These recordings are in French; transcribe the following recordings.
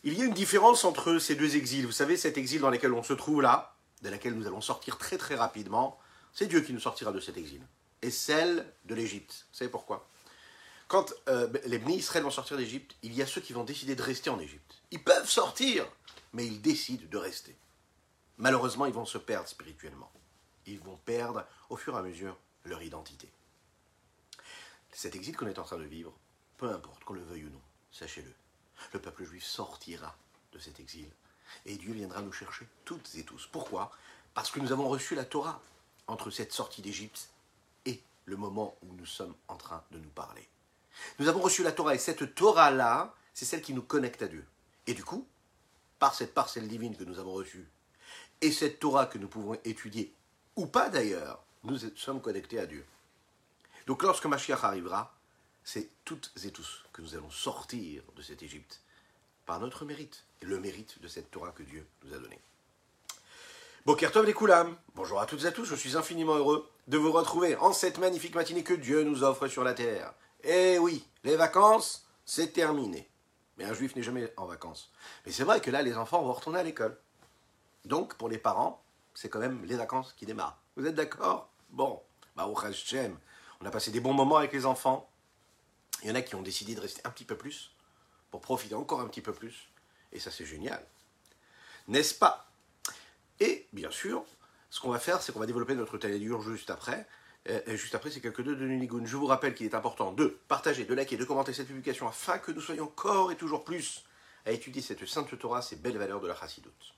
Il y a une différence entre ces deux exils. Vous savez, cet exil dans lequel on se trouve là, de laquelle nous allons sortir très très rapidement, c'est Dieu qui nous sortira de cet exil. Et celle de l'Égypte. Vous savez pourquoi? Quand les Bnei Israël vont sortir d'Égypte, il y a ceux qui vont décider de rester en Égypte. Ils peuvent sortir, mais ils décident de rester. Malheureusement, ils vont se perdre spirituellement. Ils vont perdre au fur et à mesure leur identité. Cet exil qu'on est en train de vivre, peu importe qu'on le veuille ou non, sachez-le, le peuple juif sortira de cet exil et Dieu viendra nous chercher toutes et tous. Pourquoi? Parce que nous avons reçu la Torah entre cette sortie d'Égypte et le moment où nous sommes en train de nous parler. Nous avons reçu la Torah et cette Torah-là, c'est celle qui nous connecte à Dieu. Et du coup, par cette parcelle divine que nous avons reçue et cette Torah que nous pouvons étudier, ou pas d'ailleurs, nous sommes connectés à Dieu. Donc lorsque Mashiach arrivera, c'est toutes et tous que nous allons sortir de cette Égypte par notre mérite, et le mérite de cette Torah que Dieu nous a donnée. Boker Tov les Koulam, bonjour à toutes et à tous, je suis infiniment heureux de vous retrouver en cette magnifique matinée que Dieu nous offre sur la terre. Et oui, les vacances, c'est terminé. Mais un juif n'est jamais en vacances. Mais c'est vrai que là, les enfants vont retourner à l'école. Donc, pour les parents, c'est quand même les vacances qui démarrent. Vous êtes d'accord? Bon, Baruch Hashem, on a passé des bons moments avec les enfants. Il y en a qui ont décidé de rester un petit peu plus, pour profiter encore un petit peu plus. Et ça, c'est génial. N'est-ce pas? Et, bien sûr, ce qu'on va faire, c'est qu'on va développer notre talédur juste après. Juste après, c'est quelques deux de Nunigoun. Je vous rappelle qu'il est important de partager, de liker, de commenter cette publication afin que nous soyons encore et toujours plus à étudier cette sainte Torah, ces belles valeurs de la Chassidoute.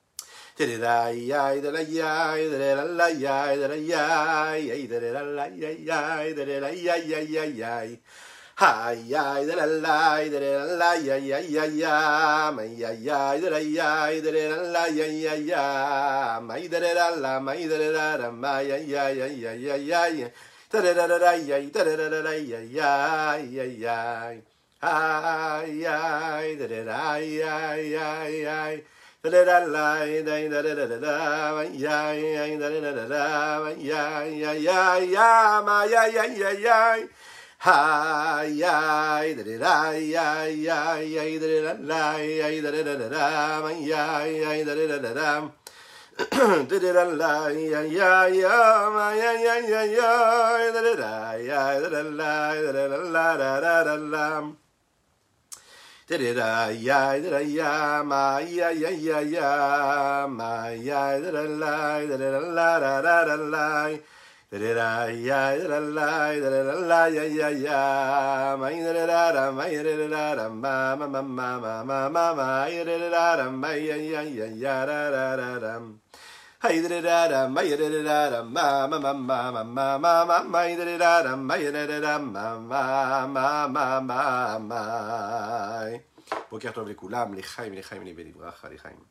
Ay ay de la la de la la ya ya ya ya ma ya ya de la ya de la la ya ya ya ma de la la ma de la la ma ya ya ya ya ya ya da da da da ya da da da da ya ya ya ya ay ay de la ya ya ya da da la da da da da da ma ya ya da da da da ma ya ya ya ya ma ya ya ya ya Hi, ay, da da ya ya ya da da la ya da da da da ya ya da da da da da da la ya ya ya ma ya ya ya ya da da ya da da la da da la da da da la da da ya da ya ma ya ya ya ya ma ya da da la da da la da da la da da ya da la da da la ya ya ya ma da da da ma da da ma ma ma ma ma ma ma da da ma ya ya ya ya da da da hay da da ma ya da da ma ma ma ma ma ma ma ma da da ma ya da da ma ma ma ma ma ma Boker Tov les Koulam, les Chaim, les Benivrach, les Chaim.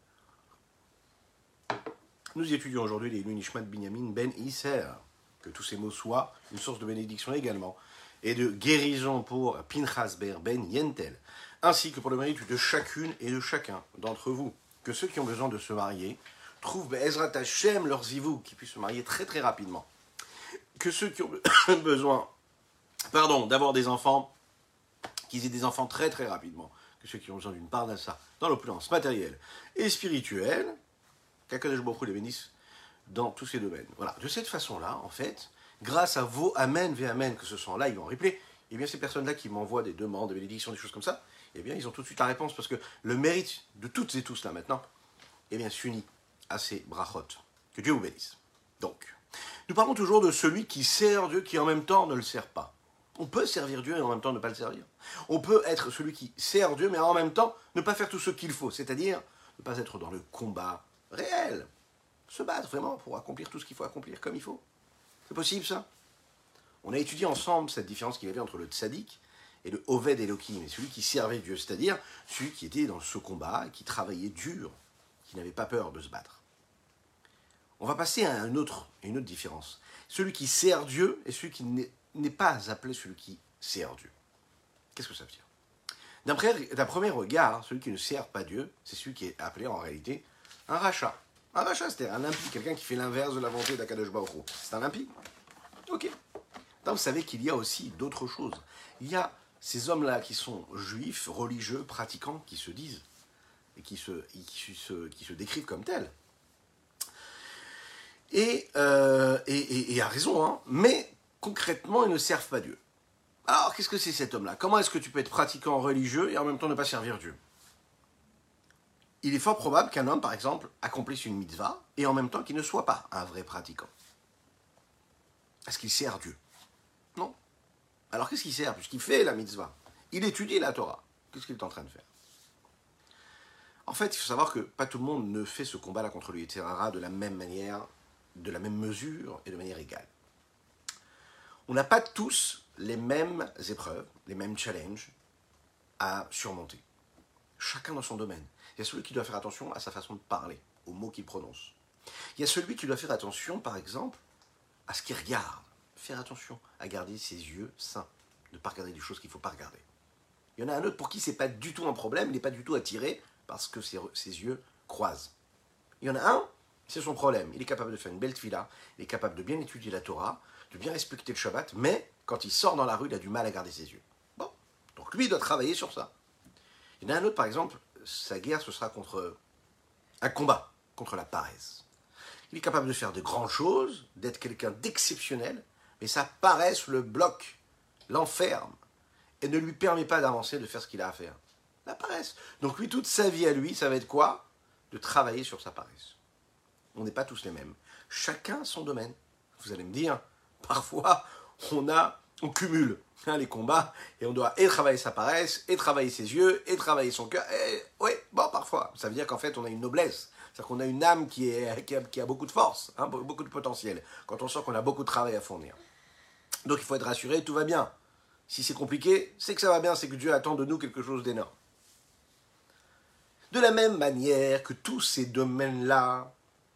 Nous étudions aujourd'hui les Nunishmat Binyamin Ben Isser. Que tous ces mots soient une source de bénédiction également, et de guérison pour Pinchas Ber Ben Yentel, ainsi que pour le mérite de chacune et de chacun d'entre vous. Que ceux qui ont besoin de se marier trouvent Be'ezrat Hashem leur zivou, qui puissent se marier très très rapidement. Que ceux qui ont besoin d'avoir des enfants, qu'ils aient des enfants très très rapidement. Que ceux qui ont besoin d'une part d'assa dans l'opulence matérielle et spirituelle, qu'Akadosh Baruch Hu les bénisse dans tous ces domaines. Voilà. De cette façon-là, en fait, grâce à vos Amen, Amen, que ce soit en live ou en replay, eh bien, ces personnes-là qui m'envoient des demandes, des bénédictions, des choses comme ça, eh bien, ils ont tout de suite la réponse parce que le mérite de toutes et tous là maintenant, eh bien, s'unit à ces brachot. Que Dieu vous bénisse. Donc, nous parlons toujours de celui qui sert Dieu, qui en même temps ne le sert pas. On peut servir Dieu et en même temps ne pas le servir. On peut être celui qui sert Dieu, mais en même temps ne pas faire tout ce qu'il faut, c'est-à-dire ne pas être dans le combat réel. Se battre vraiment pour accomplir tout ce qu'il faut accomplir comme il faut. C'est possible ça? On a étudié ensemble cette différence qu'il y avait entre le tzaddik et le oved Elohim, celui qui servait Dieu, c'est-à-dire celui qui était dans ce combat, qui travaillait dur, qui n'avait pas peur de se battre. On va passer à une autre différence. Celui qui sert Dieu et celui qui n'est pas appelé celui qui sert Dieu. Qu'est-ce que ça veut dire? D'un premier regard, celui qui ne sert pas Dieu, c'est celui qui est appelé en réalité un rachat. Un rachat, c'est un impie, quelqu'un qui fait l'inverse de la volonté d'Akadosh Baruch Hu. C'est un impie. Ok. Donc vous savez qu'il y a aussi d'autres choses. Il y a ces hommes-là qui sont juifs, religieux, pratiquants, qui se disent et qui se décrivent comme tels. Et a raison, hein, mais concrètement, ils ne servent pas Dieu. Alors, qu'est-ce que c'est cet homme-là? Comment est-ce que tu peux être pratiquant religieux et en même temps ne pas servir Dieu? Il est fort probable qu'un homme, par exemple, accomplisse une mitzvah et en même temps qu'il ne soit pas un vrai pratiquant. Est-ce qu'il sert Dieu? Non. Alors qu'est-ce qu'il sert? Puisqu'il fait la mitzvah. Il étudie la Torah. Qu'est-ce qu'il est en train de faire? En fait, il faut savoir que pas tout le monde ne fait ce combat-là contre le Yetzer Hara de la même manière, de la même mesure et de manière égale. On n'a pas tous les mêmes épreuves, les mêmes challenges à surmonter. Chacun dans son domaine. Il y a celui qui doit faire attention à sa façon de parler, aux mots qu'il prononce. Il y a celui qui doit faire attention, par exemple, à ce qu'il regarde. Faire attention à garder ses yeux sains. Ne pas regarder des choses qu'il ne faut pas regarder. Il y en a un autre pour qui ce n'est pas du tout un problème, il n'est pas du tout attiré parce que ses yeux croisent. Il y en a un, c'est son problème. Il est capable de faire une belle tefila, il est capable de bien étudier la Torah, de bien respecter le Shabbat, mais quand il sort dans la rue, il a du mal à garder ses yeux. Bon, donc lui, il doit travailler sur ça. Il y en a un autre, par exemple, sa guerre, ce sera contre un combat, contre la paresse. Il est capable de faire de grandes choses, d'être quelqu'un d'exceptionnel, mais sa paresse le bloque, l'enferme, et ne lui permet pas d'avancer, de faire ce qu'il a à faire. La paresse. Donc lui, toute sa vie à lui, ça va être quoi? De travailler sur sa paresse. On n'est pas tous les mêmes. Chacun son domaine. Vous allez me dire, parfois, on cumule les combats, et on doit et travailler sa paresse, et travailler ses yeux, et travailler son cœur. Oui, bon, parfois. Ça veut dire qu'en fait, on a une noblesse. C'est-à-dire qu'on a une âme qui a beaucoup de force, hein, beaucoup de potentiel, quand on sent qu'on a beaucoup de travail à fournir. Donc il faut être rassuré, tout va bien. Si c'est compliqué, c'est que ça va bien, c'est que Dieu attend de nous quelque chose d'énorme. De la même manière que tous ces domaines-là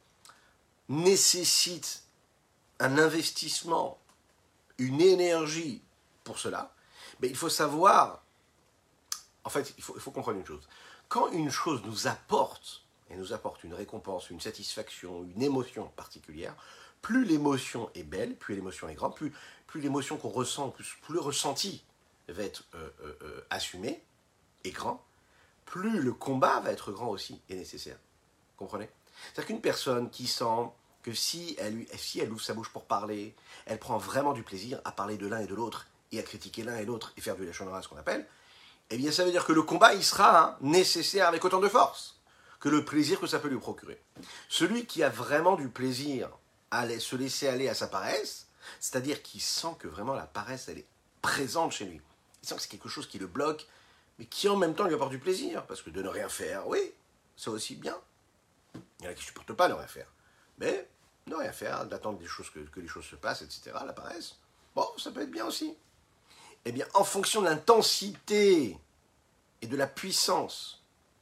nécessitent un investissement, une énergie pour cela, mais il faut savoir, en fait, il faut comprendre une chose. Quand une chose nous apporte une récompense, une satisfaction, une émotion particulière, plus l'émotion est belle, plus l'émotion est grande, plus l'émotion qu'on ressent, plus le ressenti va être assumé et grand, plus le combat va être grand aussi et nécessaire. Comprenez? C'est-à-dire qu'une personne qui sent que si elle ouvre sa bouche pour parler, elle prend vraiment du plaisir à parler de l'un et de l'autre, et à critiquer l'un et l'autre, et faire du lachon hara, ce qu'on appelle, eh bien ça veut dire que le combat, il sera nécessaire avec autant de force que le plaisir que ça peut lui procurer. Celui qui a vraiment du plaisir à se laisser aller à sa paresse, c'est-à-dire qu'il sent que vraiment la paresse, elle est présente chez lui. Il sent que c'est quelque chose qui le bloque, mais qui en même temps lui apporte du plaisir, parce que de ne rien faire, oui, c'est aussi bien. Il y en a qui ne supportent pas ne rien faire. Mais ne rien faire, d'attendre que les choses se passent, etc., la paresse, bon, ça peut être bien aussi. Eh bien, en fonction de l'intensité et de la puissance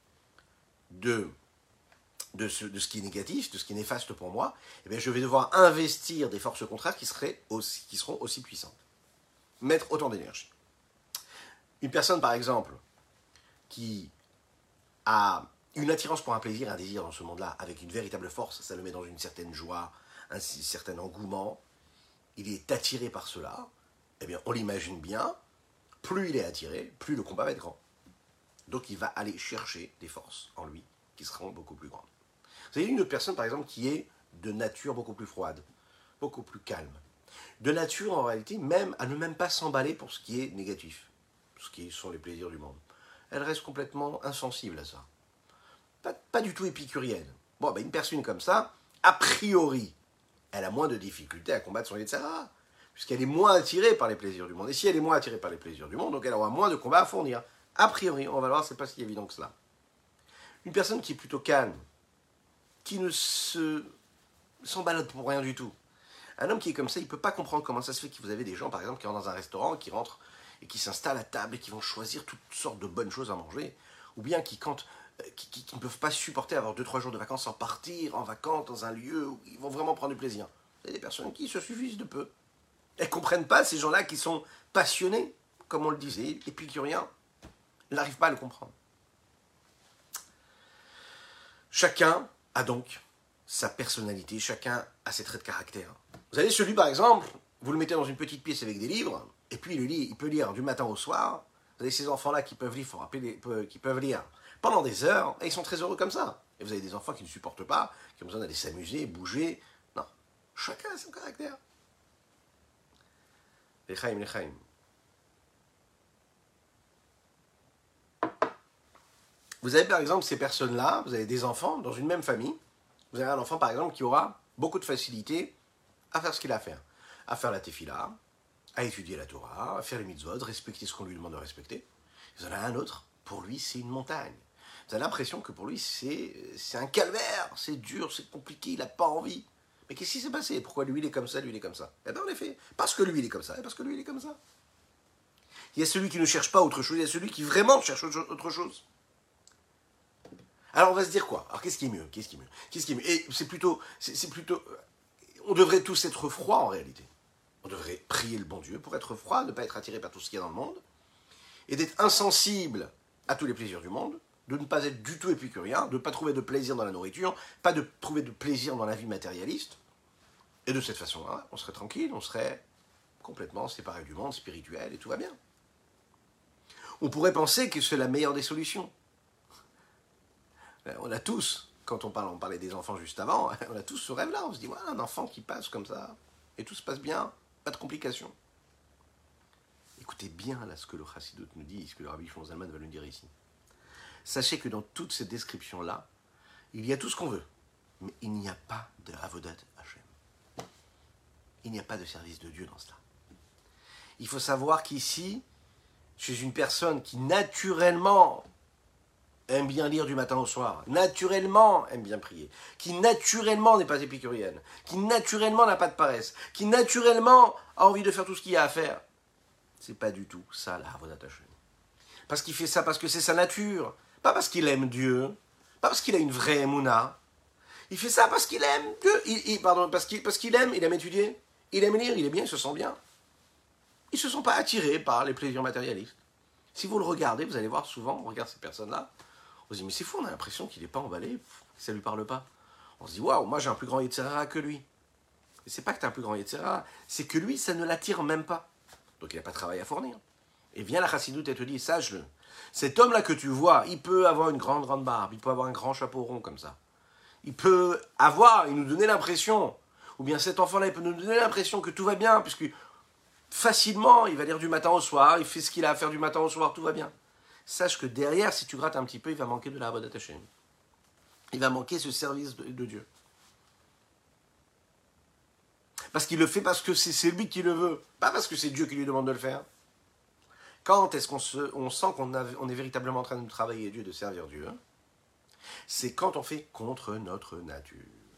de ce qui est négatif, de ce qui est néfaste pour moi, eh bien, je vais devoir investir des forces contraires qui seront aussi puissantes. Mettre autant d'énergie. Une personne, par exemple, qui a une attirance pour un plaisir, un désir dans ce monde-là, avec une véritable force, ça le met dans une certaine joie, un certain engouement, il est attiré par cela, eh bien, on l'imagine bien, plus il est attiré, plus le combat va être grand. Donc il va aller chercher des forces en lui qui seront beaucoup plus grandes. Vous avez une autre personne, par exemple, qui est de nature beaucoup plus froide, beaucoup plus calme. De nature, en réalité, même à ne même pas s'emballer pour ce qui est négatif, ce qui sont les plaisirs du monde. Elle reste complètement insensible à ça. Pas du tout épicurienne. Bon, ben une personne comme ça, a priori, elle a moins de difficultés à combattre son Yetzer Hara, puisqu'elle est moins attirée par les plaisirs du monde. Et si elle est moins attirée par les plaisirs du monde, donc elle aura moins de combats à fournir. A priori, on va le voir, c'est pas si évident que cela. Une personne qui est plutôt calme, qui ne s'emballe pour rien du tout. Un homme qui est comme ça, il ne peut pas comprendre comment ça se fait que vous avez des gens, par exemple, qui rentrent dans un restaurant, qui rentrent et qui s'installent à table et qui vont choisir toutes sortes de bonnes choses à manger, ou bien qui ne peuvent pas supporter avoir 2-3 jours de vacances sans partir en vacances dans un lieu où ils vont vraiment prendre du plaisir. Il y a des personnes qui se suffisent de peu. Elles ne comprennent pas ces gens-là qui sont passionnés, comme on le disait, épicuriens. Elles n'arrivent pas à le comprendre. Chacun a donc sa personnalité, chacun a ses traits de caractère. Vous avez celui, par exemple, vous le mettez dans une petite pièce avec des livres, et puis il peut lire du matin au soir. Vous avez ces enfants-là qui peuvent lire, pendant des heures, et ils sont très heureux comme ça. Et vous avez des enfants qui ne supportent pas, qui ont besoin d'aller s'amuser, bouger. Non, chacun a son caractère. L'Echaim, l'Echaim. Vous avez par exemple ces personnes-là, vous avez des enfants dans une même famille. Vous avez un enfant par exemple qui aura beaucoup de facilité à faire ce qu'il a à faire la tefila, à étudier la Torah, à faire les mitzvot, respecter ce qu'on lui demande de respecter. Vous en avez un autre, pour lui c'est une montagne. Vous avez l'impression que pour lui c'est un calvaire, c'est dur, c'est compliqué, il n'a pas envie. Mais qu'est-ce qui s'est passé? Pourquoi lui il est comme ça, lui il est comme ça? Eh bien en effet, parce que lui il est comme ça, et parce que lui il est comme ça. Il y a celui qui ne cherche pas autre chose, il y a celui qui vraiment cherche autre chose. Alors on va se dire quoi? Alors qu'est-ce qui est mieux? Qu'est-ce qui est mieux? Qu'est-ce qui est mieux? Et c'est plutôt, on devrait tous être froids en réalité. On devrait prier le bon Dieu pour être froid, ne pas être attiré par tout ce qu'il y a dans le monde, et d'être insensible à tous les plaisirs du monde, de ne pas être du tout épicurien, de ne pas trouver de plaisir dans la nourriture, pas de trouver de plaisir dans la vie matérialiste. Et de cette façon-là, on serait tranquille, on serait complètement séparé du monde spirituel et tout va bien. On pourrait penser que c'est la meilleure des solutions. On a tous, quand on parlait des enfants juste avant, on a tous ce rêve-là. On se dit, voilà, un enfant qui passe comme ça, et tout se passe bien, pas de complications. Écoutez bien là ce que le Chassidut nous dit, ce que le Rabbi Shlomo Zalman va nous dire ici. Sachez que dans toutes ces descriptions-là, il y a tout ce qu'on veut, mais il n'y a pas de Avodat Hashem. Il n'y a pas de service de Dieu dans cela. Il faut savoir qu'ici, chez une personne qui naturellement aime bien lire du matin au soir, naturellement aime bien prier, qui naturellement n'est pas épicurienne, qui naturellement n'a pas de paresse, qui naturellement a envie de faire tout ce qu'il y a à faire, c'est pas du tout ça la Avodat Hashem. Parce qu'il fait ça parce que c'est sa nature, pas parce qu'il aime Dieu, pas parce qu'il a une vraie émouna. Il fait ça parce qu'il aime Dieu, parce qu'il aime étudier, il aime lire, il est bien, il se sent bien. Ils ne se sont pas attirés par les plaisirs matérialistes. Si vous le regardez, vous allez voir souvent, on regarde ces personnes-là, on se dit, mais c'est fou, on a l'impression qu'il n'est pas emballé, que ça ne lui parle pas. On se dit, waouh, moi j'ai un plus grand Yetzirah que lui. Et c'est pas que tu as un plus grand Yetzirah, c'est que lui, ça ne l'attire même pas. Donc il n'a pas de travail à fournir. Et vient la Chassidoute et te dit, sache-le, cet homme-là que tu vois, il peut avoir une grande barbe, il peut avoir un grand chapeau rond comme ça. Il peut nous donner l'impression, ou bien cet enfant-là, il peut nous donner l'impression que tout va bien, puisque facilement, il va lire du matin au soir, il fait ce qu'il a à faire du matin au soir, tout va bien. Sache que derrière, si tu grattes un petit peu, il va manquer de la Avodat Hashem. Il va manquer ce service de Dieu. Parce qu'il le fait parce que c'est lui qui le veut, pas parce que c'est Dieu qui lui demande de le faire. Quand est-ce qu'on sent qu'on est véritablement en train de travailler Dieu, de servir Dieu? C'est quand on fait contre notre nature.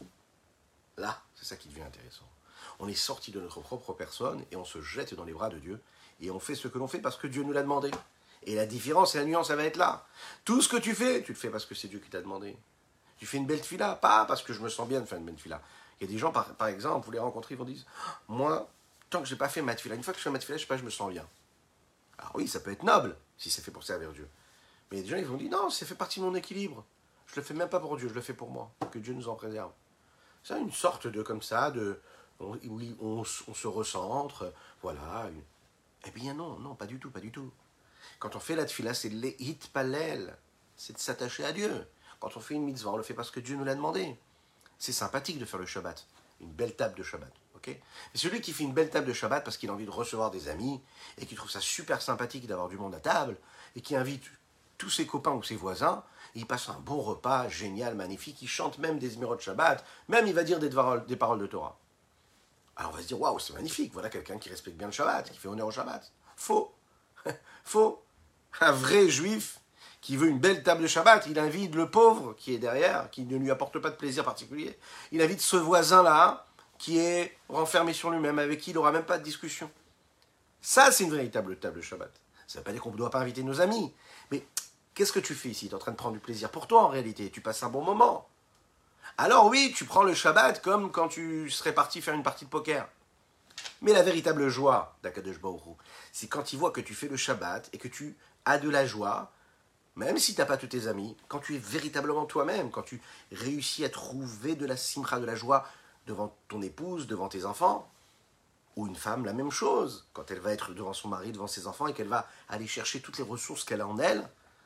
Là, c'est ça qui devient intéressant. On est sorti de notre propre personne et on se jette dans les bras de Dieu et on fait ce que l'on fait parce que Dieu nous l'a demandé. Et la différence et la nuance, ça va être là. Tout ce que tu le fais parce que c'est Dieu qui t'a demandé. Tu fais une belle tefila, pas parce que je me sens bien de faire une belle tefila. Il y a des gens, par exemple, vous les rencontrez, ils vont dire, moi, tant que je n'ai pas fait ma tefila, une fois que je fais ma tefila, je sais pas, je me sens bien. Alors oui, ça peut être noble, si c'est fait pour servir Dieu. Mais il y a des gens, ils vont dire, non, ça fait partie de mon équilibre. Je le fais même pas pour Dieu, je le fais pour moi. Que Dieu nous en préserve. C'est une sorte de, comme ça, où on se recentre, voilà. Eh bien non, pas du tout, pas du tout. Quand on fait la tefila, c'est l'hit palel, c'est de s'attacher à Dieu. Quand on fait une mitzvah, on le fait parce que Dieu nous l'a demandé. C'est sympathique de faire le Shabbat, une belle table de Shabbat. Okay, mais celui qui fait une belle table de Shabbat parce qu'il a envie de recevoir des amis et qui trouve ça super sympathique d'avoir du monde à table et qui invite tous ses copains ou ses voisins, il passe un bon repas, génial, magnifique, il chante même des Zmirot Shabbat, même il va dire des paroles de Torah. Alors on va se dire, waouh, c'est magnifique, voilà quelqu'un qui respecte bien le Shabbat, qui fait honneur au Shabbat. Faux. Faux. Un vrai juif qui veut une belle table de Shabbat, il invite le pauvre qui est derrière, qui ne lui apporte pas de plaisir particulier. Il invite ce voisin-là, qui est renfermé sur lui-même, avec qui il n'aura même pas de discussion. Ça, c'est une véritable table de Shabbat. Ça ne veut pas dire qu'on ne doit pas inviter nos amis. Mais qu'est-ce que tu fais ici? Tu es en train de prendre du plaisir pour toi, en réalité. Tu passes un bon moment. Alors oui, tu prends le Shabbat comme quand tu serais parti faire une partie de poker. Mais la véritable joie d'Akadosh Baruch Hu, c'est quand il voit que tu fais le Shabbat et que tu as de la joie, même si tu n'as pas tous tes amis, quand tu es véritablement toi-même, quand tu réussis à trouver de la simcha, de la joie devant ton épouse, devant tes enfants, ou une femme, la même chose, quand elle va être devant son mari, devant ses enfants, et qu'elle va aller chercher toutes les ressources qu'elle a en elle,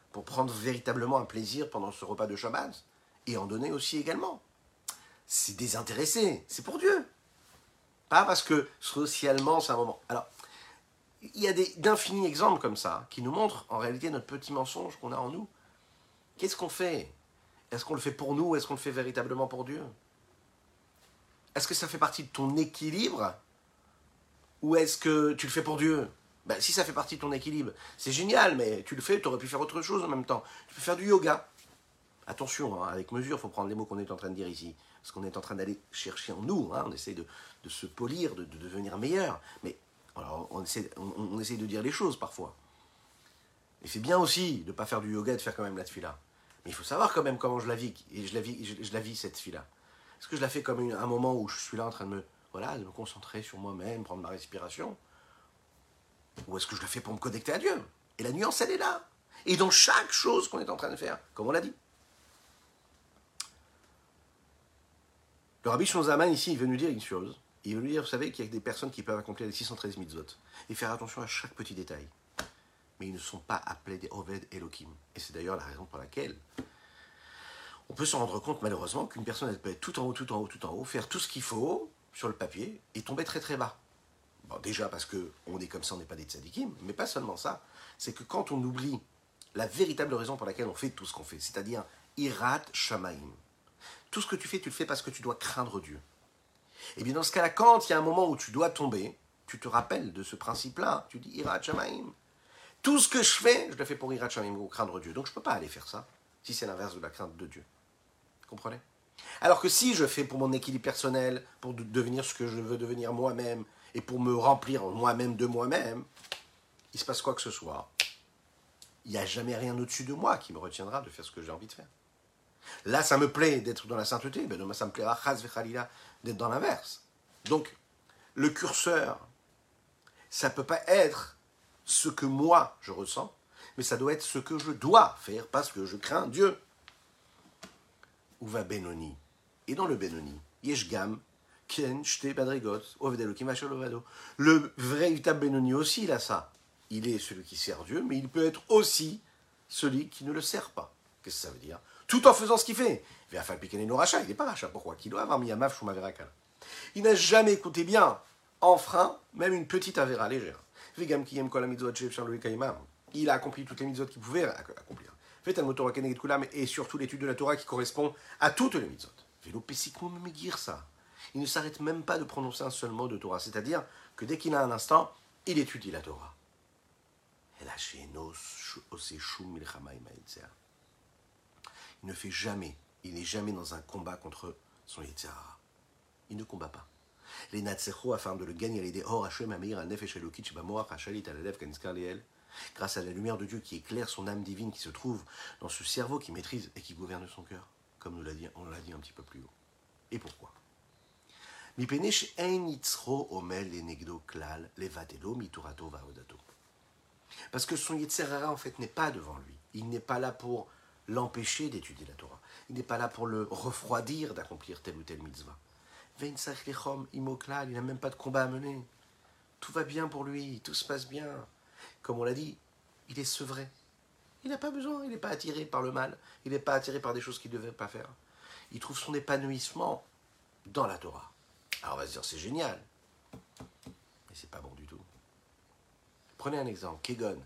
pour prendre véritablement un plaisir pendant ce repas de Shabbat, et en donner aussi également. C'est désintéressé, c'est pour Dieu. Pas parce que socialement c'est un moment. Alors, il y a d'infinis exemples comme ça, qui nous montrent en réalité notre petit mensonge qu'on a en nous. Qu'est-ce qu'on fait? Est-ce qu'on le fait pour nous ou est-ce qu'on le fait véritablement pour Dieu? Est-ce que ça fait partie de ton équilibre ou est-ce que tu le fais pour Dieu? Ben, si ça fait partie de ton équilibre, c'est génial, mais tu le fais, tu aurais pu faire autre chose en même temps. Tu peux faire du yoga. Attention, hein, avec mesure, il faut prendre les mots qu'on est en train de dire ici. Parce qu'on est en train d'aller chercher en nous, hein, on essaie de se polir, de devenir meilleur. Mais alors, on essaie de dire les choses parfois. Et c'est bien aussi de ne pas faire du yoga et de faire quand même la tefila. Mais il faut savoir quand même comment je la vis, et je la vis cette tefila. Est-ce que je la fais comme un moment où je suis là en train de de me concentrer sur moi-même, prendre ma respiration? Ou est-ce que je le fais pour me connecter à Dieu? Et la nuance, elle est là. Et dans chaque chose qu'on est en train de faire, comme on l'a dit. Le Rabbi Shonzaman, ici, il veut nous dire une chose. Il veut nous dire, vous savez, qu'il y a des personnes qui peuvent accomplir les 613 mitzvot. Et faire attention à chaque petit détail. Mais ils ne sont pas appelés des Oved Elohim. Et c'est d'ailleurs la raison pour laquelle on peut se rendre compte, malheureusement, qu'une personne, elle peut être tout en haut, tout en haut, tout en haut, faire tout ce qu'il faut sur le papier et tomber très très bas. Bon, déjà parce qu'on est comme ça, on n'est pas des tzadikim, mais pas seulement ça. C'est que quand on oublie la véritable raison pour laquelle on fait tout ce qu'on fait, c'est-à-dire Irat Shamaim. Tout ce que tu le fais parce que tu dois craindre Dieu. Et bien dans ce cas-là, quand il y a un moment où tu dois tomber, tu te rappelles de ce principe-là, tu dis Irat Shamaim. Tout ce que je fais, je le fais pour Irat Shamaim, ou craindre Dieu. Donc je ne peux pas aller faire ça, si c'est l'inverse de la crainte de Dieu. Vous comprenez? Alors que si je fais pour mon équilibre personnel, pour devenir ce que je veux devenir moi-même, et pour me remplir moi-même de moi-même, il se passe quoi que ce soit. Il n'y a jamais rien au-dessus de moi qui me retiendra de faire ce que j'ai envie de faire. Là, ça me plaît d'être dans la sainteté, ben demain, ça me plaira, chas vechalila, d'être dans l'inverse. Donc, le curseur, ça ne peut pas être ce que moi, je ressens, mais ça doit être ce que je dois faire parce que je crains Dieu. Où va Benoni? Et dans le Benoni, Yeshgam, Ken, Shte, Badrigot, Oved Elohim, Vachol Ovado. Le véritable Benoni aussi, il a ça. Il est celui qui sert Dieu, mais il peut être aussi celui qui ne le sert pas. Qu'est-ce que ça veut dire? Tout en faisant ce qu'il fait. Il n'est pas rachat. Pourquoi? Qu'il doit avoir mis Miyamav Shumaverakal. Il n'a jamais écouté bien, enfreint, même une petite avéra légère. Il a accompli toutes les mitzvot qu'il pouvait accomplir. Et surtout l'étude de la Torah qui correspond à toutes les mitzvot. Il ne s'arrête même pas de prononcer un seul mot de Torah. C'est-à-dire que dès qu'il a un instant, il étudie la Torah. Il ne fait jamais, il n'est jamais dans un combat contre son Yetzer Hara. Il ne combat pas. Les Natsecho, afin de le gagner, les Dehor, Hashem, Amir, Al-Nefesh, Elokitch, Bamoach, Hashalit, Al-Alev, Kanskar, Leel, grâce à la lumière de Dieu qui éclaire son âme divine qui se trouve dans ce cerveau qui maîtrise et qui gouverne son cœur, comme on l'a dit un petit peu plus haut. Et pourquoi? Parce que son Yetzer Hara, en fait, n'est pas devant lui. Il n'est pas là pour l'empêcher d'étudier la Torah. Il n'est pas là pour le refroidir d'accomplir telle ou telle mitzvah. Il n'a même pas de combat à mener. Tout va bien pour lui, tout se passe bien. Comme on l'a dit, il est sevré. Il n'a pas besoin, il n'est pas attiré par le mal, il n'est pas attiré par des choses qu'il ne devait pas faire. Il trouve son épanouissement dans la Torah. Alors on va se dire, c'est génial. Mais c'est pas bon du tout. Prenez un exemple, Kegon.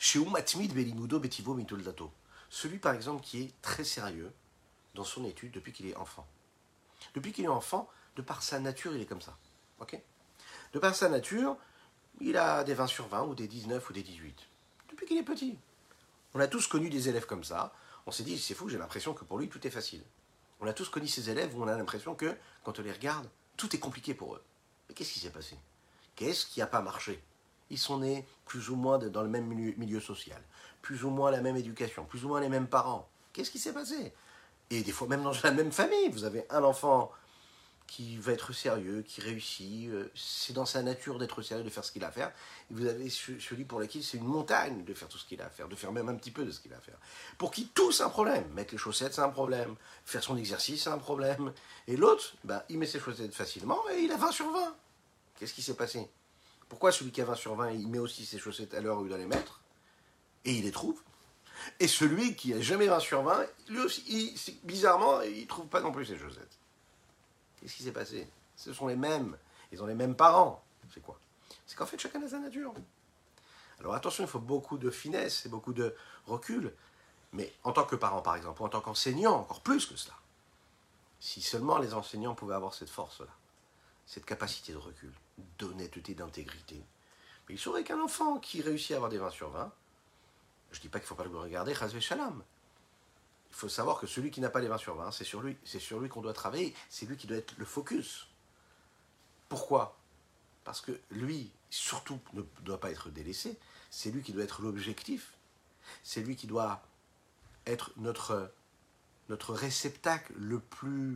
Celui par exemple qui est très sérieux dans son étude depuis qu'il est enfant. Depuis qu'il est enfant, de par sa nature, il est comme ça. Okay? De par sa nature, il a des 20 sur 20 ou des 19 ou des 18. Depuis qu'il est petit. On a tous connu des élèves comme ça. On s'est dit, c'est fou, j'ai l'impression que pour lui, tout est facile. On a tous connu ces élèves où on a l'impression que, quand on les regarde, tout est compliqué pour eux. Mais qu'est-ce qui s'est passé? Qu'est-ce qui n'a pas marché? Ils sont nés plus ou moins dans le même milieu social, plus ou moins la même éducation, plus ou moins les mêmes parents. Qu'est-ce qui s'est passé? Et des fois, même dans la même famille, vous avez un enfant qui va être sérieux, qui réussit, c'est dans sa nature d'être sérieux, de faire ce qu'il a à faire. Et vous avez celui pour lequel c'est une montagne de faire tout ce qu'il a à faire, de faire même un petit peu de ce qu'il a à faire. Pour qui tout c'est un problème. Mettre les chaussettes c'est un problème, faire son exercice c'est un problème. Et l'autre, il met ses chaussettes facilement et il a 20 sur 20. Qu'est-ce qui s'est passé? Pourquoi celui qui a 20 sur 20, il met aussi ses chaussettes à l'heure où il doit les mettre? Et il les trouve. Et celui qui n'a jamais 20 sur 20, lui aussi, bizarrement, il ne trouve pas non plus ses chaussettes. Qu'est-ce qui s'est passé? Ce sont les mêmes. Ils ont les mêmes parents. C'est quoi? C'est qu'en fait, chacun a sa nature. Alors attention, il faut beaucoup de finesse et beaucoup de recul. Mais en tant que parent, par exemple, ou en tant qu'enseignant, encore plus que cela. Si seulement les enseignants pouvaient avoir cette force-là, cette capacité de recul, d'honnêteté, d'intégrité. Mais il saurait qu'un enfant qui réussit à avoir des 20 sur 20, je ne dis pas qu'il ne faut pas le regarder, chas v'shalom. Il faut savoir que celui qui n'a pas les 20 sur 20, c'est sur lui qu'on doit travailler, c'est lui qui doit être le focus. Pourquoi? Parce que lui, surtout, ne doit pas être délaissé, c'est lui qui doit être l'objectif, c'est lui qui doit être notre réceptacle le plus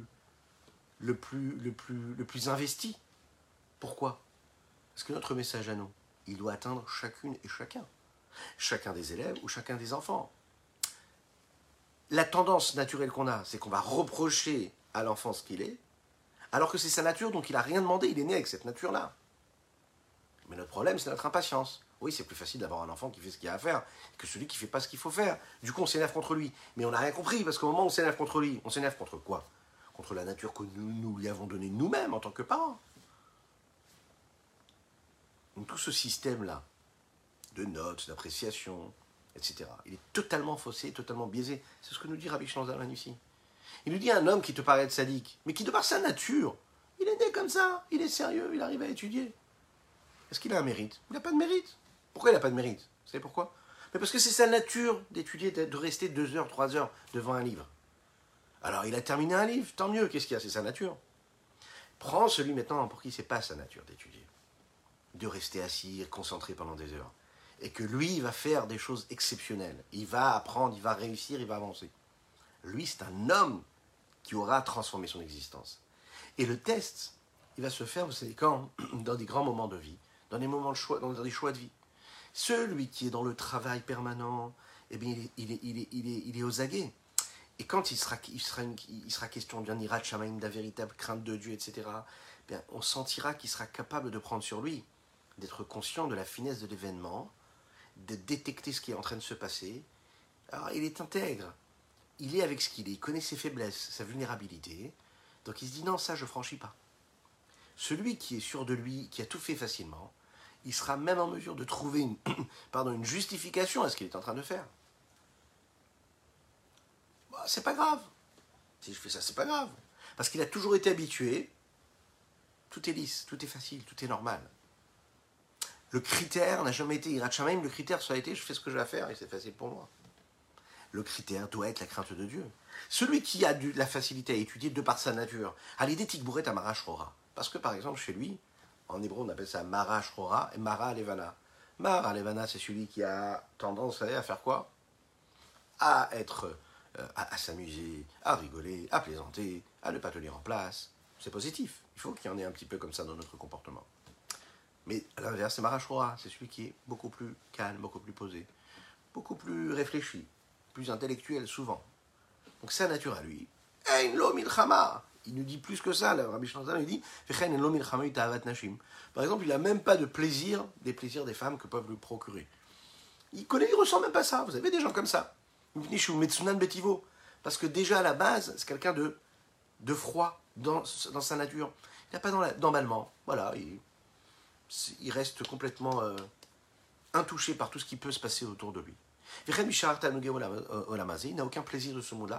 investi. Pourquoi? Parce que notre message à nous, il doit atteindre chacune et chacun des élèves ou chacun des enfants. La tendance naturelle qu'on a, c'est qu'on va reprocher à l'enfant ce qu'il est, alors que c'est sa nature, donc il n'a rien demandé, il est né avec cette nature-là. Mais notre problème, c'est notre impatience. Oui, c'est plus facile d'avoir un enfant qui fait ce qu'il a à faire que celui qui ne fait pas ce qu'il faut faire. Du coup, on s'énerve contre lui. Mais on n'a rien compris, parce qu'au moment où on s'énerve contre lui, on s'énerve contre quoi? Contre la nature que nous lui avons donnée nous-mêmes en tant que parents. Donc tout ce système-là, de notes, d'appréciation, etc., il est totalement faussé, totalement biaisé. C'est ce que nous dit Rabbi Shlomo Zalman ici. Il nous dit un homme qui te paraît être sadique, mais qui de par sa nature, il est né comme ça, il est sérieux, il arrive à étudier. Est-ce qu'il a un mérite? Il n'a pas de mérite. Pourquoi il n'a pas de mérite? Vous savez pourquoi? Mais parce que c'est sa nature d'étudier, de rester 2 heures, 3 heures devant un livre. Alors il a terminé un livre, tant mieux, qu'est-ce qu'il y a? C'est sa nature. Prends celui maintenant pour qui c'est pas sa nature d'étudier, de rester assis, concentré pendant des heures. Et que lui, il va faire des choses exceptionnelles. Il va apprendre, il va réussir, il va avancer. Lui, c'est un homme qui aura transformé son existence. Et le test, il va se faire, vous savez quand? Dans des grands moments de vie, dans des moments de choix, dans des choix de vie. Celui qui est dans le travail permanent, eh bien, il est aux aguets. Et quand il sera question d'un irat shamaim, d'un véritable crainte de Dieu, etc., eh bien, on sentira qu'il sera capable de prendre sur lui, d'être conscient de la finesse de l'événement, de détecter ce qui est en train de se passer. Alors, il est intègre. Il est avec ce qu'il est. Il connaît ses faiblesses, sa vulnérabilité. Donc, il se dit, non, ça, je ne franchis pas. Celui qui est sûr de lui, qui a tout fait facilement, il sera même en mesure de trouver une justification à ce qu'il est en train de faire. Bah, c'est pas grave. Si je fais ça, c'est pas grave. Parce qu'il a toujours été habitué. Tout est lisse, tout est facile, tout est normal. Le critère n'a jamais été Yirat Shamayim, le critère ça a été je fais ce que j'ai à faire et c'est facile pour moi. Le critère doit être la crainte de Dieu. Celui qui a de la facilité à étudier de par sa nature, à l'idée Tikbouret à Marash Rora. Parce que par exemple chez lui, en hébreu on appelle ça Marash Rora et Mara Levana. Mara Levana c'est celui qui a tendance à faire quoi? À être, à s'amuser, à rigoler, à plaisanter, à ne pas tenir en place. C'est positif. Il faut qu'il y en ait un petit peu comme ça dans notre comportement. Mais à l'inverse, c'est Marash Rora, c'est celui qui est beaucoup plus calme, beaucoup plus posé, beaucoup plus réfléchi, plus intellectuel souvent. Donc sa nature à lui, Ein lo milchama. Il nous dit plus que ça, le Rabbi Shlomo Zalman, il dit Vechen lo milchama itahavat nashim. Par exemple, il n'a même pas de plaisir des plaisirs des femmes que peuvent lui procurer. Il ressent même pas ça. Vous avez des gens comme ça. Parce que déjà à la base, c'est quelqu'un de froid dans sa nature. Il n'a pas d'emballement. Voilà, il reste complètement intouché par tout ce qui peut se passer autour de lui. Il n'a aucun plaisir de ce monde-là.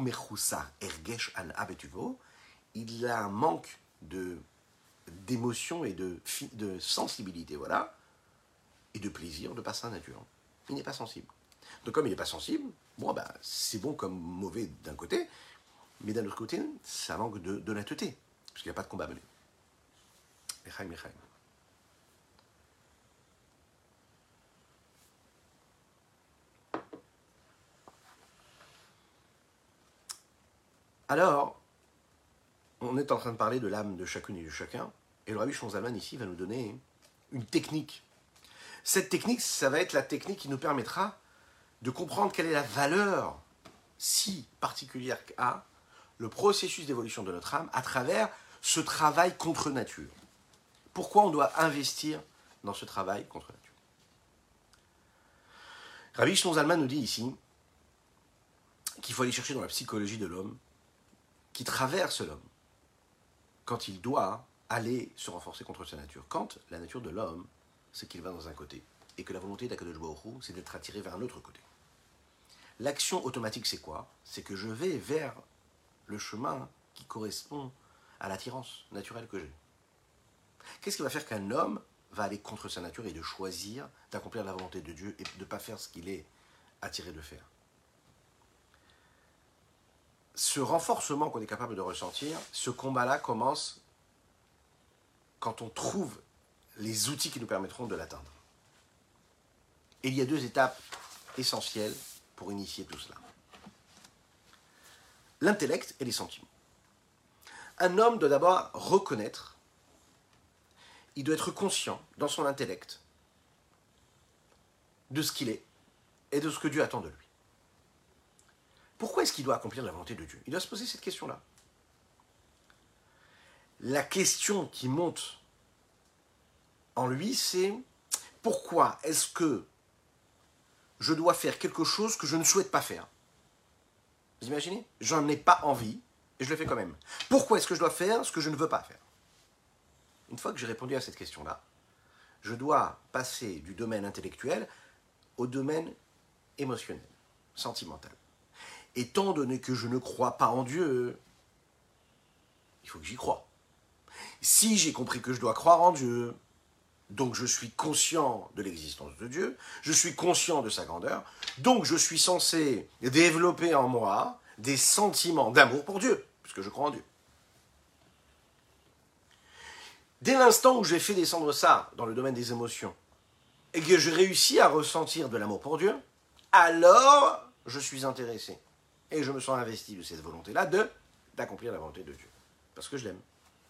Il a un manque d'émotion et de sensibilité, voilà, et de plaisir de par sa nature. Il n'est pas sensible. Donc comme il n'est pas sensible, bon, ben, c'est bon comme mauvais d'un côté, mais d'un autre côté, ça manque d'honnêteté, parce qu'il n'y a pas de combat à mener. Lechaim. Alors, on est en train de parler de l'âme de chacune et de chacun, et le Rabbi Shlomo Zalman ici va nous donner une technique. Cette technique, ça va être la technique qui nous permettra de comprendre quelle est la valeur si particulière qu'a le processus d'évolution de notre âme à travers ce travail contre nature. Pourquoi on doit investir dans ce travail contre nature? Rabbi Shlomo Zalman nous dit ici, qu'il faut aller chercher dans la psychologie de l'homme, qui traverse l'homme, quand il doit aller se renforcer contre sa nature. Quand la nature de l'homme, c'est qu'il va dans un côté, et que la volonté d'Akadosh Baruch Hu, c'est d'être attiré vers un autre côté. L'action automatique, c'est quoi? C'est que je vais vers le chemin qui correspond à l'attirance naturelle que j'ai. Qu'est-ce qui va faire qu'un homme va aller contre sa nature et de choisir d'accomplir la volonté de Dieu et de ne pas faire ce qu'il est attiré de faire? Ce renforcement qu'on est capable de ressentir, ce combat-là commence quand on trouve les outils qui nous permettront de l'atteindre. Et il y a 2 étapes essentielles pour initier tout cela. L'intellect et les sentiments. Un homme doit d'abord reconnaître, il doit être conscient dans son intellect de ce qu'il est et de ce que Dieu attend de lui. Pourquoi est-ce qu'il doit accomplir la volonté de Dieu? Il doit se poser cette question-là. La question qui monte en lui, c'est pourquoi est-ce que je dois faire quelque chose que je ne souhaite pas faire? Vous imaginez? J'en ai pas envie et je le fais quand même. Pourquoi est-ce que je dois faire ce que je ne veux pas faire? Une fois que j'ai répondu à cette question-là, je dois passer du domaine intellectuel au domaine émotionnel, sentimental. Étant donné que je ne crois pas en Dieu, il faut que j'y croie. Si j'ai compris que je dois croire en Dieu, donc je suis conscient de l'existence de Dieu, je suis conscient de sa grandeur, donc je suis censé développer en moi des sentiments d'amour pour Dieu, puisque je crois en Dieu. Dès l'instant où j'ai fait descendre ça dans le domaine des émotions, et que j'ai réussi à ressentir de l'amour pour Dieu, alors je suis intéressé. Et je me sens investi de cette volonté-là d'accomplir la volonté de Dieu. Parce que je l'aime.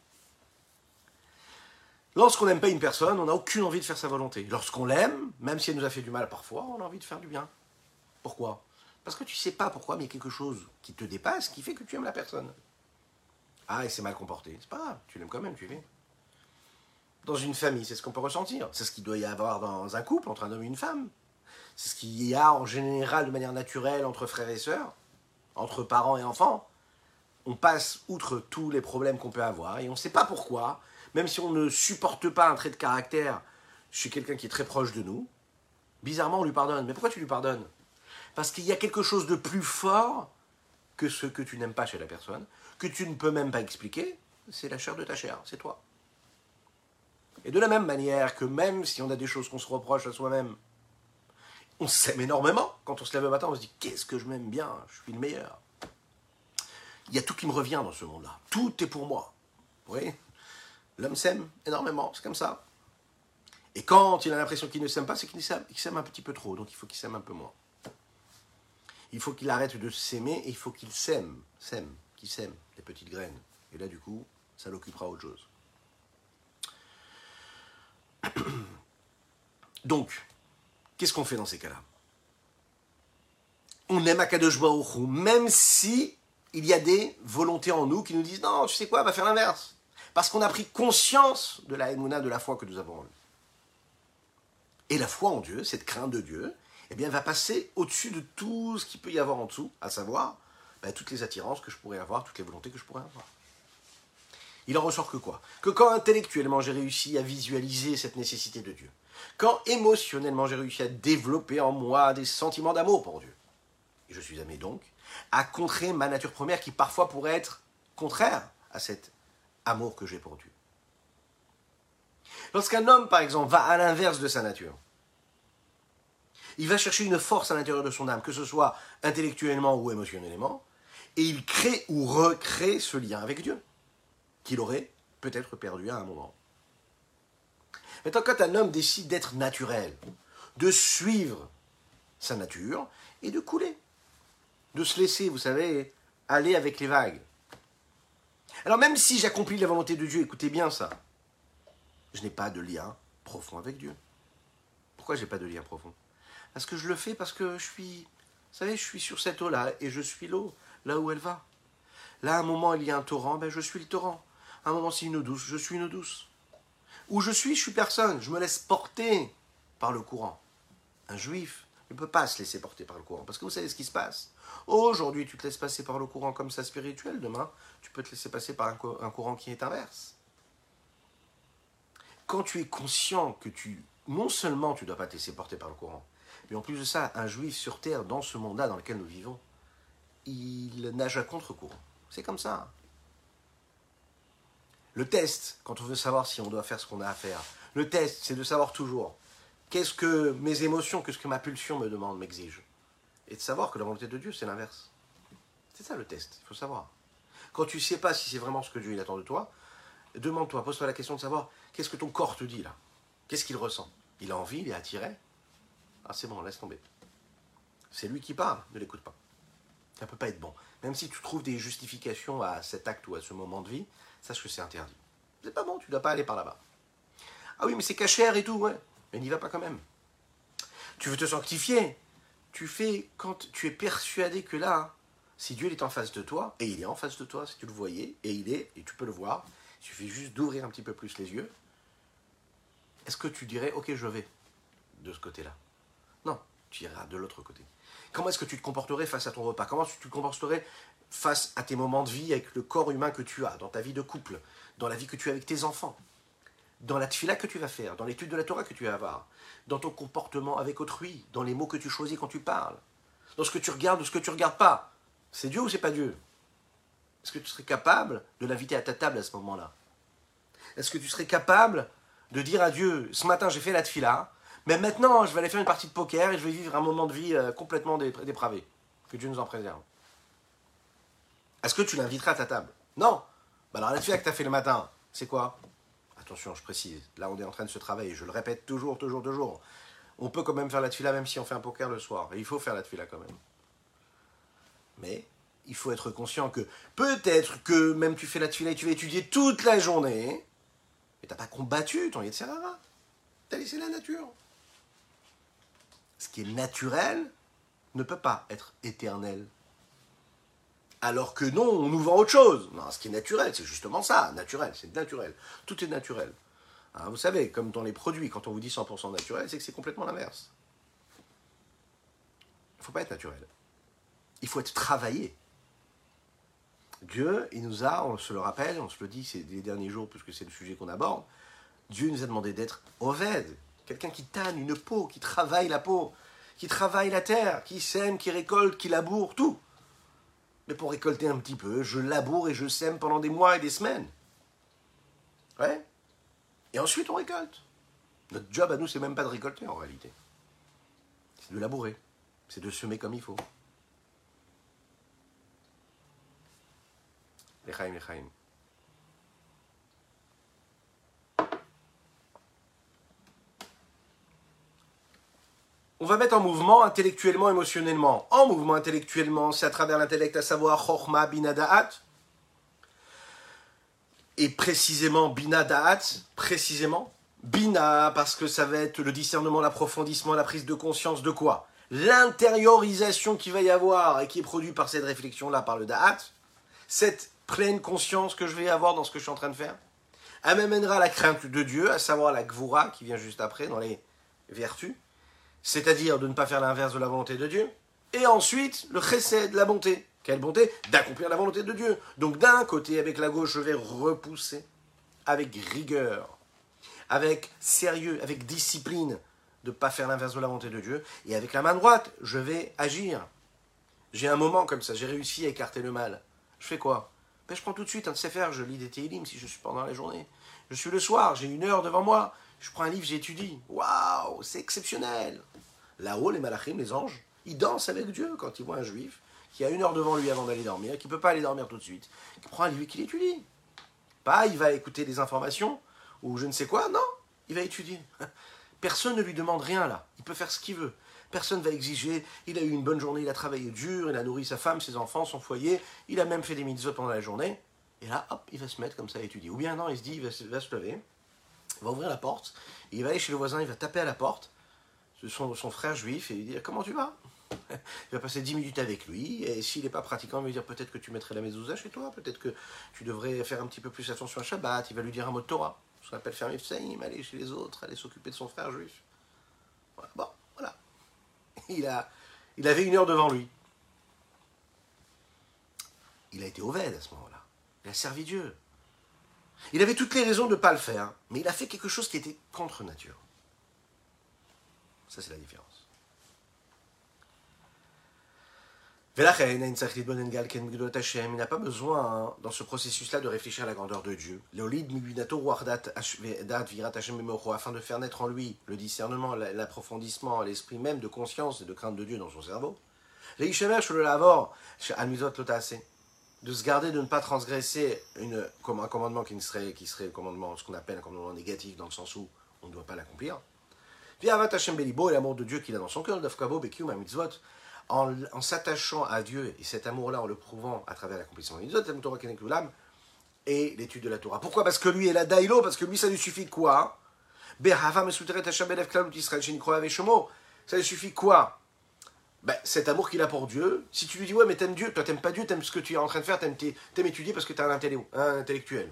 Lorsqu'on n'aime pas une personne, on n'a aucune envie de faire sa volonté. Lorsqu'on l'aime, même si elle nous a fait du mal parfois, on a envie de faire du bien. Pourquoi? Parce que tu ne sais pas pourquoi, mais il y a quelque chose qui te dépasse, qui fait que tu aimes la personne. Ah, elle s'est mal comportée. C'est pas grave, tu l'aimes quand même, tu l'aimes. Dans une famille, c'est ce qu'on peut ressentir. C'est ce qu'il doit y avoir dans un couple, entre un homme et une femme. C'est ce qu'il y a en général de manière naturelle entre frères et sœurs, entre parents et enfants. On passe outre tous les problèmes qu'on peut avoir et on ne sait pas pourquoi, même si on ne supporte pas un trait de caractère chez quelqu'un qui est très proche de nous, bizarrement on lui pardonne. Mais pourquoi tu lui pardonnes? Parce qu'il y a quelque chose de plus fort que ce que tu n'aimes pas chez la personne, que tu ne peux même pas expliquer, c'est la chair de ta chair, c'est toi. Et de la même manière que même si on a des choses qu'on se reproche à soi-même, on s'aime énormément. Quand on se lève le matin, on se dit « Qu'est-ce que je m'aime bien, je suis le meilleur ». Il y a tout qui me revient dans ce monde-là. Tout est pour moi. Vous voyez? L'homme s'aime énormément, c'est comme ça. Et quand il a l'impression qu'il ne s'aime pas, c'est qu'il s'aime un petit peu trop, donc il faut qu'il s'aime un peu moins. Il faut qu'il arrête de s'aimer et il faut qu'il qu'il sème les petites graines. Et là, du coup, ça l'occupera autre chose. Donc, qu'est-ce qu'on fait dans ces cas-là? On aime Akadosh Baruch Hu, même si il y a des volontés en nous qui nous disent « Non, tu sais quoi, va faire l'inverse. » Parce qu'on a pris conscience de la Emouna, de la foi que nous avons en lui. Et la foi en Dieu, cette crainte de Dieu, eh bien, va passer au-dessus de tout ce qu'il peut y avoir en dessous, à savoir toutes les attirances que je pourrais avoir, toutes les volontés que je pourrais avoir. Il en ressort que quoi? Que quand intellectuellement j'ai réussi à visualiser cette nécessité de Dieu, quand émotionnellement j'ai réussi à développer en moi des sentiments d'amour pour Dieu, et je suis amené donc à contrer ma nature première qui parfois pourrait être contraire à cet amour que j'ai pour Dieu. Lorsqu'un homme, par exemple, va à l'inverse de sa nature, il va chercher une force à l'intérieur de son âme, que ce soit intellectuellement ou émotionnellement, et il crée ou recrée ce lien avec Dieu, qu'il aurait peut-être perdu à un moment. Maintenant, quand un homme décide d'être naturel, de suivre sa nature et de couler, de se laisser, vous savez, aller avec les vagues. Alors même si j'accomplis la volonté de Dieu, écoutez bien ça, je n'ai pas de lien profond avec Dieu. Pourquoi je n'ai pas de lien profond? Parce que je le fais parce que je suis, vous savez, je suis sur cette eau-là et je suis l'eau, là où elle va. Là, à un moment, il y a un torrent, je suis le torrent. À un moment, c'est une eau douce, je suis une eau douce. Où je suis personne, je me laisse porter par le courant. Un juif Il ne peut pas se laisser porter par le courant. Parce que vous savez ce qui se passe. Aujourd'hui, tu te laisses passer par le courant comme ça spirituel. Demain, tu peux te laisser passer par un courant qui est inverse. Quand tu es conscient que non seulement tu ne dois pas te laisser porter par le courant, mais en plus de ça, un juif sur terre, dans ce monde-là dans lequel nous vivons, il nage à contre-courant. C'est comme ça. Le test, quand on veut savoir si on doit faire ce qu'on a à faire, le test, c'est de savoir toujours qu'est-ce que mes émotions, qu'est-ce que ma pulsion me demande, m'exige. Et de savoir que la volonté de Dieu, c'est l'inverse. C'est ça le test, il faut savoir. Quand tu ne sais pas si c'est vraiment ce que Dieu il attend de toi, demande-toi, pose-toi la question de savoir qu'est-ce que ton corps te dit là. Qu'est-ce qu'il ressent? Il a envie, il est attiré. Ah c'est bon, laisse tomber. C'est lui qui parle, ne l'écoute pas. Ça ne peut pas être bon. Même si tu trouves des justifications à cet acte ou à ce moment de vie, sache que c'est interdit. C'est pas bon, tu ne dois pas aller par là-bas. Ah oui, mais c'est cachère et tout, ouais. Mais n'y va pas quand même. Tu veux te sanctifier. Tu fais quand tu es persuadé que là, si Dieu est en face de toi, et il est en face de toi, si tu le voyais, et tu peux le voir, il suffit juste d'ouvrir un petit peu plus les yeux, est-ce que tu dirais, ok, je vais de ce côté-là? Non, tu iras de l'autre côté. Comment est-ce que tu te comporterais face à ton repas? Comment tu te comporterais face à tes moments de vie avec le corps humain que tu as, dans ta vie de couple, dans la vie que tu as avec tes enfants, dans la tfila que tu vas faire, dans l'étude de la Torah que tu vas avoir, dans ton comportement avec autrui, dans les mots que tu choisis quand tu parles, dans ce que tu regardes ou ce que tu ne regardes pas? C'est Dieu ou c'est pas Dieu? Est-ce que tu serais capable de l'inviter à ta table à ce moment-là? Est-ce que tu serais capable de dire à Dieu, ce matin j'ai fait la tfila, mais maintenant je vais aller faire une partie de poker et je vais vivre un moment de vie complètement dépravé. Que Dieu nous en préserve. Est-ce que tu l'inviteras à ta table? Non. Bah alors la tfila que tu as fait le matin, c'est quoi? Attention, je précise, là on est en train de se travailler, je le répète toujours. On peut quand même faire la tfila même si on fait un poker le soir. Et il faut faire la tfila quand même. Mais il faut être conscient que peut-être que même tu fais la tfila et tu vas étudier toute la journée, mais tu n'as pas combattu ton Yetzirara. Tu as laissé la nature. Ce qui est naturel ne peut pas être éternel. Alors que non, on nous vend autre chose. Non, ce qui est naturel, c'est justement ça. Naturel, c'est naturel. Tout est naturel. Hein, vous savez, comme dans les produits, quand on vous dit 100% naturel, c'est que c'est complètement l'inverse. Il ne faut pas être naturel. Il faut être travaillé. Dieu, il nous a, on se le rappelle, on se le dit ces derniers jours, puisque c'est le sujet qu'on aborde, Dieu nous a demandé d'être oved, quelqu'un qui tanne une peau, qui travaille la peau, qui travaille la terre, qui sème, qui récolte, qui laboure, tout. Mais pour récolter un petit peu, je laboure et je sème pendant des mois et des semaines. Ouais. Et ensuite on récolte. Notre job à nous, c'est même pas de récolter en réalité. C'est de labourer. C'est de semer comme il faut. L'Echaim, l'Echaim. On va mettre en mouvement intellectuellement, émotionnellement. En mouvement intellectuellement, c'est à travers l'intellect, à savoir Chochma, Bina, Da'at. Et précisément, Bina, Da'at, précisément. Bina, parce que ça va être le discernement, l'approfondissement, la prise de conscience de quoi? L'intériorisation qu'il va y avoir et qui est produite par cette réflexion-là, par le Da'at. Cette pleine conscience que je vais avoir dans ce que je suis en train de faire. Elle m'amènera la crainte de Dieu, à savoir la Gvura, qui vient juste après, dans les vertus. C'est-à-dire de ne pas faire l'inverse de la volonté de Dieu. Et ensuite, le chesed, la bonté. Quelle bonté? D'accomplir la volonté de Dieu. Donc d'un côté, avec la gauche, je vais repousser, avec rigueur, avec sérieux, avec discipline, de ne pas faire l'inverse de la volonté de Dieu. Et avec la main droite, je vais agir. J'ai un moment comme ça, j'ai réussi à écarter le mal. Je fais quoi? Ben, je prends tout de suite un sefer, je lis des Tehillim si je suis pendant la journée. Je suis le soir, j'ai 1 heure devant moi. Je prends un livre, j'étudie. Waouh, c'est exceptionnel. Là-haut, les malachim, les anges, ils dansent avec Dieu quand ils voient un juif qui a 1 heure devant lui avant d'aller dormir, qui ne peut pas aller dormir tout de suite, qui prend un livre et qui l'étudie. Pas, il va écouter des informations ou je ne sais quoi, non, il va étudier. Personne ne lui demande rien là, il peut faire ce qu'il veut. Personne ne va exiger, il a eu une bonne journée, il a travaillé dur, il a nourri sa femme, ses enfants, son foyer, il a même fait des mitzvot pendant la journée, et là, hop, il va se mettre comme ça à étudier. Ou bien non, il se dit, il va se lever, il va ouvrir la porte, il va aller chez le voisin, il va taper à la porte, son frère juif, et lui dire, comment tu vas? Il va passer 10 minutes avec lui, et s'il n'est pas pratiquant, il va lui dire, peut-être que tu mettrais la mezouza chez toi, peut-être que tu devrais faire un petit peu plus attention à Shabbat, il va lui dire un mot de Torah, ce qu'on appelle faire mifsaïm, aller chez les autres, aller s'occuper de son frère juif. Voilà. Bon, voilà. il avait 1 heure devant lui. Il a été Oved à ce moment-là. Il a servi Dieu. Il avait toutes les raisons de ne pas le faire, mais il a fait quelque chose qui était contre nature. Ça, c'est la différence. Il n'a pas besoin, dans ce processus-là, de réfléchir à la grandeur de Dieu. Afin de faire naître en lui le discernement, l'approfondissement, l'esprit même de conscience et de crainte de Dieu dans son cerveau. De se garder de ne pas transgresser un commandement qui serait le commandement, ce qu'on appelle un commandement négatif, dans le sens où on ne doit pas l'accomplir. Puis Avat Hashem Belibo et l'amour de Dieu qu'il a dans son cœur, en s'attachant à Dieu, et cet amour-là en le prouvant à travers l'accomplissement des mitzvot, et l'étude de la Torah. Pourquoi? Parce que lui est la daïlo, parce que lui ça lui suffit quoi? Ça lui suffit quoi? Cet amour qu'il a pour Dieu, si tu lui dis ouais mais t'aimes Dieu, toi t'aimes pas Dieu, t'aimes ce que tu es en train de faire, t'aimes étudier parce que t'es un intellectuel.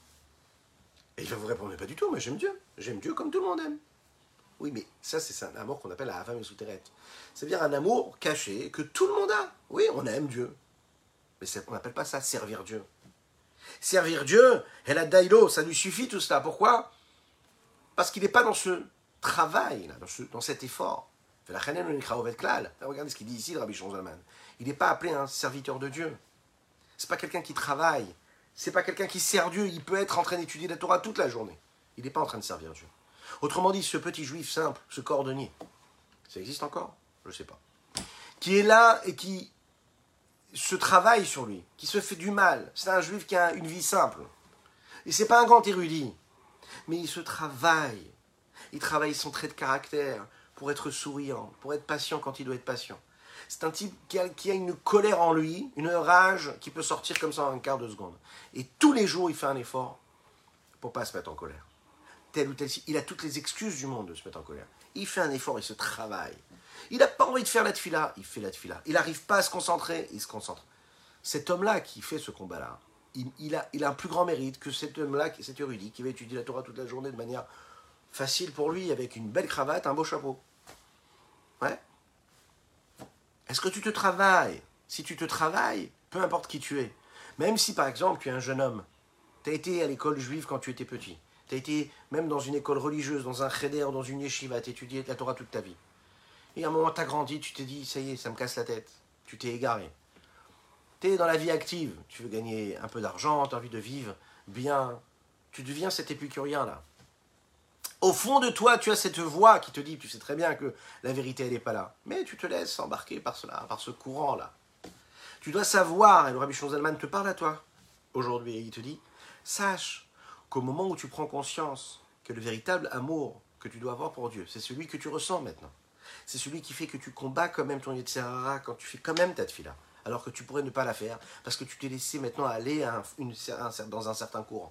Et il va vous répondre mais pas du tout, moi j'aime Dieu comme tout le monde aime. Oui mais ça c'est un amour qu'on appelle la Hava Mesuteret. C'est-à-dire un amour caché que tout le monde a. Oui on aime Dieu, mais on n'appelle pas ça servir Dieu. Servir Dieu, elle a daïlo, ça lui suffit tout cela. Pourquoi? Parce qu'il n'est pas dans ce travail, là, dans cet effort. Regardez ce qu'il dit ici, le Rabbi Shimon Zalman. Il n'est pas appelé un serviteur de Dieu. Ce n'est pas quelqu'un qui travaille. Ce n'est pas quelqu'un qui sert Dieu. Il peut être en train d'étudier la Torah toute la journée. Il n'est pas en train de servir Dieu. Autrement dit, ce petit juif simple, ce cordonnier, ça existe encore? Je ne sais pas. Qui est là et qui se travaille sur lui, qui se fait du mal. C'est un juif qui a une vie simple. Et ce n'est pas un grand érudit. Mais il se travaille. Il travaille son trait de caractère pour être souriant, pour être patient quand il doit être patient. C'est un type qui a une colère en lui, une rage qui peut sortir comme ça en un quart de seconde. Et tous les jours, il fait un effort pour ne pas se mettre en colère. Tel ou tel, il a toutes les excuses du monde de se mettre en colère. Il fait un effort, il se travaille. Il n'a pas envie de faire la tefila, il fait la tefila. Il n'arrive pas à se concentrer, il se concentre. Cet homme-là qui fait ce combat-là, il a un plus grand mérite que cet homme-là, cet érudit, qui va étudier la Torah toute la journée de manière facile pour lui, avec une belle cravate, un beau chapeau. Ouais. Est-ce que tu te travailles? Si tu te travailles, peu importe qui tu es, même si par exemple tu es un jeune homme, tu as été à l'école juive quand tu étais petit, tu as été même dans une école religieuse, dans un cheder, dans une yeshiva, tu as étudié la Torah toute ta vie. Et à un moment tu as grandi, tu t'es dit, ça y est, ça me casse la tête, tu t'es égaré. Tu es dans la vie active, tu veux gagner un peu d'argent, tu as envie de vivre bien, tu deviens cet épicurien-là. Au fond de toi, tu as cette voix qui te dit, tu sais très bien que la vérité, elle n'est pas là. Mais tu te laisses embarquer par ce courant-là. Tu dois savoir, et le Rabbi Shimon Zalman te parle à toi aujourd'hui, et il te dit, sache qu'au moment où tu prends conscience que le véritable amour que tu dois avoir pour Dieu, c'est celui que tu ressens maintenant. C'est celui qui fait que tu combats quand même ton Yetzer Hara, quand tu fais quand même ta tefila, alors que tu pourrais ne pas la faire, parce que tu t'es laissé maintenant aller dans un certain courant.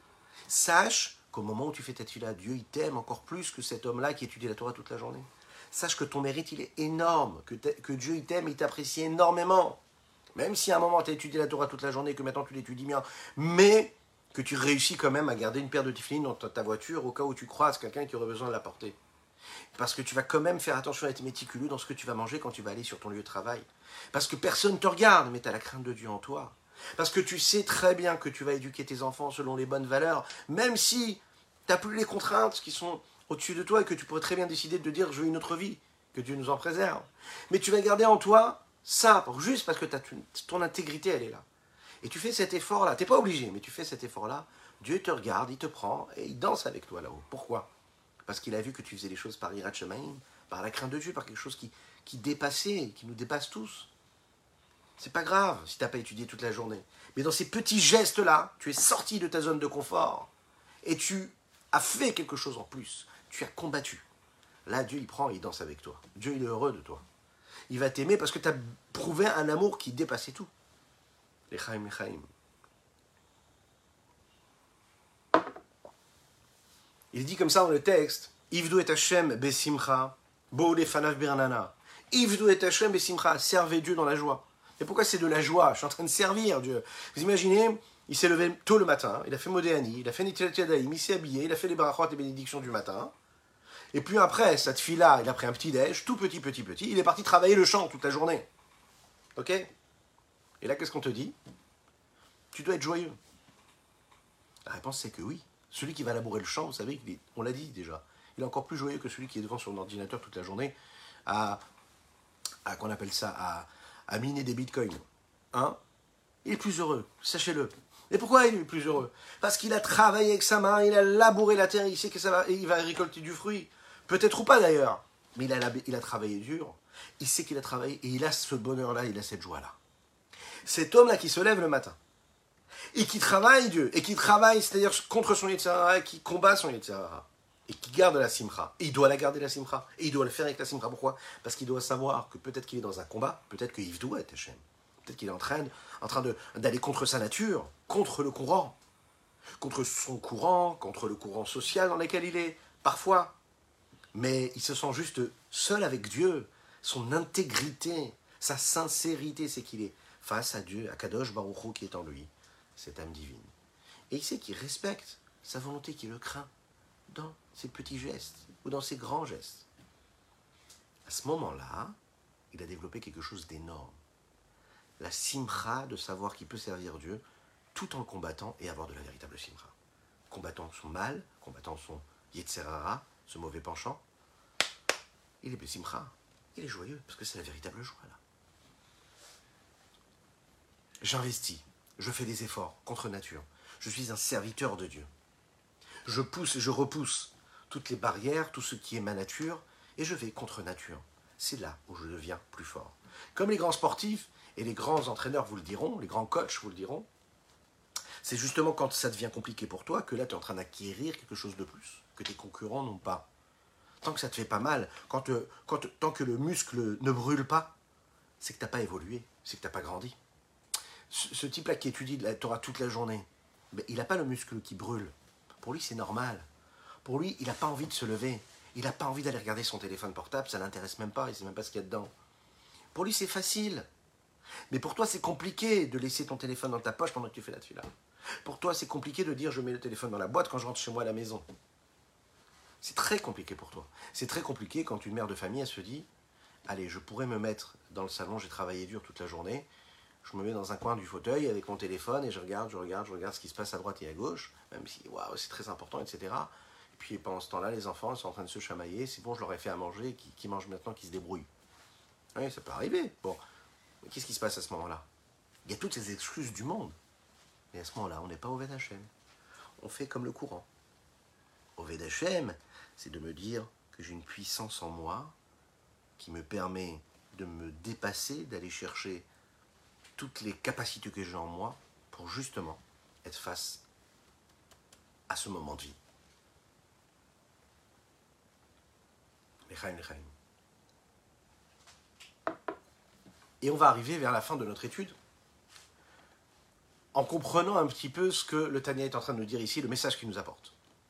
Sache qu'au moment où tu fais ta tefila, Dieu il t'aime encore plus que cet homme-là qui étudie la Torah toute la journée. Sache que ton mérite il est énorme, que Dieu il t'aime, il t'apprécie énormément. Même si à un moment tu as étudié la Torah toute la journée, que maintenant tu l'étudies bien, mais que tu réussis quand même à garder une paire de tefilines dans ta voiture au cas où tu croises quelqu'un qui aurait besoin de la porter. Parce que tu vas quand même faire attention à être méticuleux dans ce que tu vas manger quand tu vas aller sur ton lieu de travail. Parce que personne ne te regarde, mais tu as la crainte de Dieu en toi. Parce que tu sais très bien que tu vas éduquer tes enfants selon les bonnes valeurs, même si tu n'as plus les contraintes qui sont au-dessus de toi et que tu pourrais très bien décider de dire « je veux une autre vie », que Dieu nous en préserve. Mais tu vas garder en toi ça, juste parce que ton intégrité, elle est là. Et tu fais cet effort-là, tu n'es pas obligé, mais tu fais cet effort-là, Dieu te regarde, il te prend et il danse avec toi là-haut. Pourquoi? Parce qu'il a vu que tu faisais les choses par Yirat Shamayim, par la crainte de Dieu, par quelque chose qui dépassait, qui nous dépasse tous. C'est pas grave si tu n'as pas étudié toute la journée. Mais dans ces petits gestes-là, tu es sorti de ta zone de confort et tu as fait quelque chose en plus. Tu as combattu. Là, Dieu, il prend et il danse avec toi. Dieu, il est heureux de toi. Il va t'aimer parce que tu as prouvé un amour qui dépassait tout. L'Echaim, l'Echaim. Il dit comme ça dans le texte, Ivdu et Hashem besimcha, bo lefanav birnana. Ivdu et Hashem besimcha, servez Dieu dans la joie. Et pourquoi c'est de la joie? Je suis en train de servir Dieu. Vous imaginez, il s'est levé tôt le matin, il a fait Modéani, il a fait Netilat Yadayim, il s'est habillé, il a fait les barachot, les bénédictions du matin. Et puis après, cette fille-là, il a pris un petit déj, tout petit, il est parti travailler le champ toute la journée. Ok? Et là, qu'est-ce qu'on te dit? Tu dois être joyeux. La réponse, c'est que oui. Celui qui va labourer le champ, vous savez, on l'a dit déjà, il est encore plus joyeux que celui qui est devant son ordinateur toute la journée qu'on appelle ça, à miner des bitcoins. Hein? Il est plus heureux, sachez-le. Et pourquoi il est plus heureux? Parce qu'il a travaillé avec sa main, il a labouré la terre, il sait que il va récolter du fruit. Peut-être ou pas d'ailleurs, mais il a travaillé dur, il sait qu'il a travaillé, et il a ce bonheur-là, il a cette joie-là. Cet homme-là qui se lève le matin, et qui travaille Dieu, et qui travaille, c'est-à-dire contre son Yetzirah, qui combat son Yetzirah, et qui garde la simcha. Et il doit la garder la simcha, et il doit le faire avec la simcha. Pourquoi? Parce qu'il doit savoir que peut-être qu'il est dans un combat, peut-être que Yves doit être Hachem. Peut-être qu'il est en train d'aller contre sa nature, contre le courant, contre son courant, contre le courant social dans lequel il est, parfois. Mais il se sent juste seul avec Dieu, son intégrité, sa sincérité, c'est qu'il est face à Dieu, à Kadosh Baruch Hu qui est en lui, cette âme divine. Et il sait qu'il respecte sa volonté, qu'il le craint dans ses petits gestes ou dans ses grands gestes. À ce moment-là, il a développé quelque chose d'énorme. La simcha de savoir qu'il peut servir Dieu tout en le combattant et avoir de la véritable simcha. Combattant son mal, combattant son yetzerara, ce mauvais penchant, il est simcha, il est joyeux parce que c'est la véritable joie là. J'investis, je fais des efforts contre nature, je suis un serviteur de Dieu. Je pousse et je repousse toutes les barrières, tout ce qui est ma nature, et je vais contre nature. C'est là où je deviens plus fort. Comme les grands sportifs, et les grands entraîneurs vous le diront, les grands coachs vous le diront, c'est justement quand ça devient compliqué pour toi que là tu es en train d'acquérir quelque chose de plus, que tes concurrents n'ont pas. Tant que ça te fait pas mal, tant que le muscle ne brûle pas, c'est que tu n'as pas évolué, c'est que tu n'as pas grandi. Ce type-là qui étudie la Torah toute la journée, mais il n'a pas le muscle qui brûle. Pour lui, c'est normal. Pour lui, il n'a pas envie de se lever. Il n'a pas envie d'aller regarder son téléphone portable, ça ne l'intéresse même pas, il ne sait même pas ce qu'il y a dedans. Pour lui, c'est facile. Mais pour toi, c'est compliqué de laisser ton téléphone dans ta poche pendant que tu fais la tefila. Pour toi, c'est compliqué de dire je mets le téléphone dans la boîte quand je rentre chez moi à la maison. C'est très compliqué pour toi. C'est très compliqué quand une mère de famille, elle se dit allez, je pourrais me mettre dans le salon, j'ai travaillé dur toute la journée, je me mets dans un coin du fauteuil avec mon téléphone et je regarde ce qui se passe à droite et à gauche, même si waouh, c'est très important, etc. Et puis pendant ce temps-là, les enfants sont en train de se chamailler, c'est bon, je leur ai fait à manger, qui mangent maintenant, qui se débrouillent. Oui, ça peut arriver. Bon, qu'est-ce qui se passe à ce moment-là? Il y a toutes ces excuses du monde. Et à ce moment-là, on n'est pas Oved Hashem. On fait comme le courant. Oved Hashem, c'est de me dire que j'ai une puissance en moi qui me permet de me dépasser, d'aller chercher toutes les capacités que j'ai en moi pour justement être face à ce moment de vie. L'Echaim, l'Echaim. Et on va arriver vers la fin de notre étude en comprenant un petit peu ce que le Tanya est en train de nous dire ici, le message qu'il nous apporte.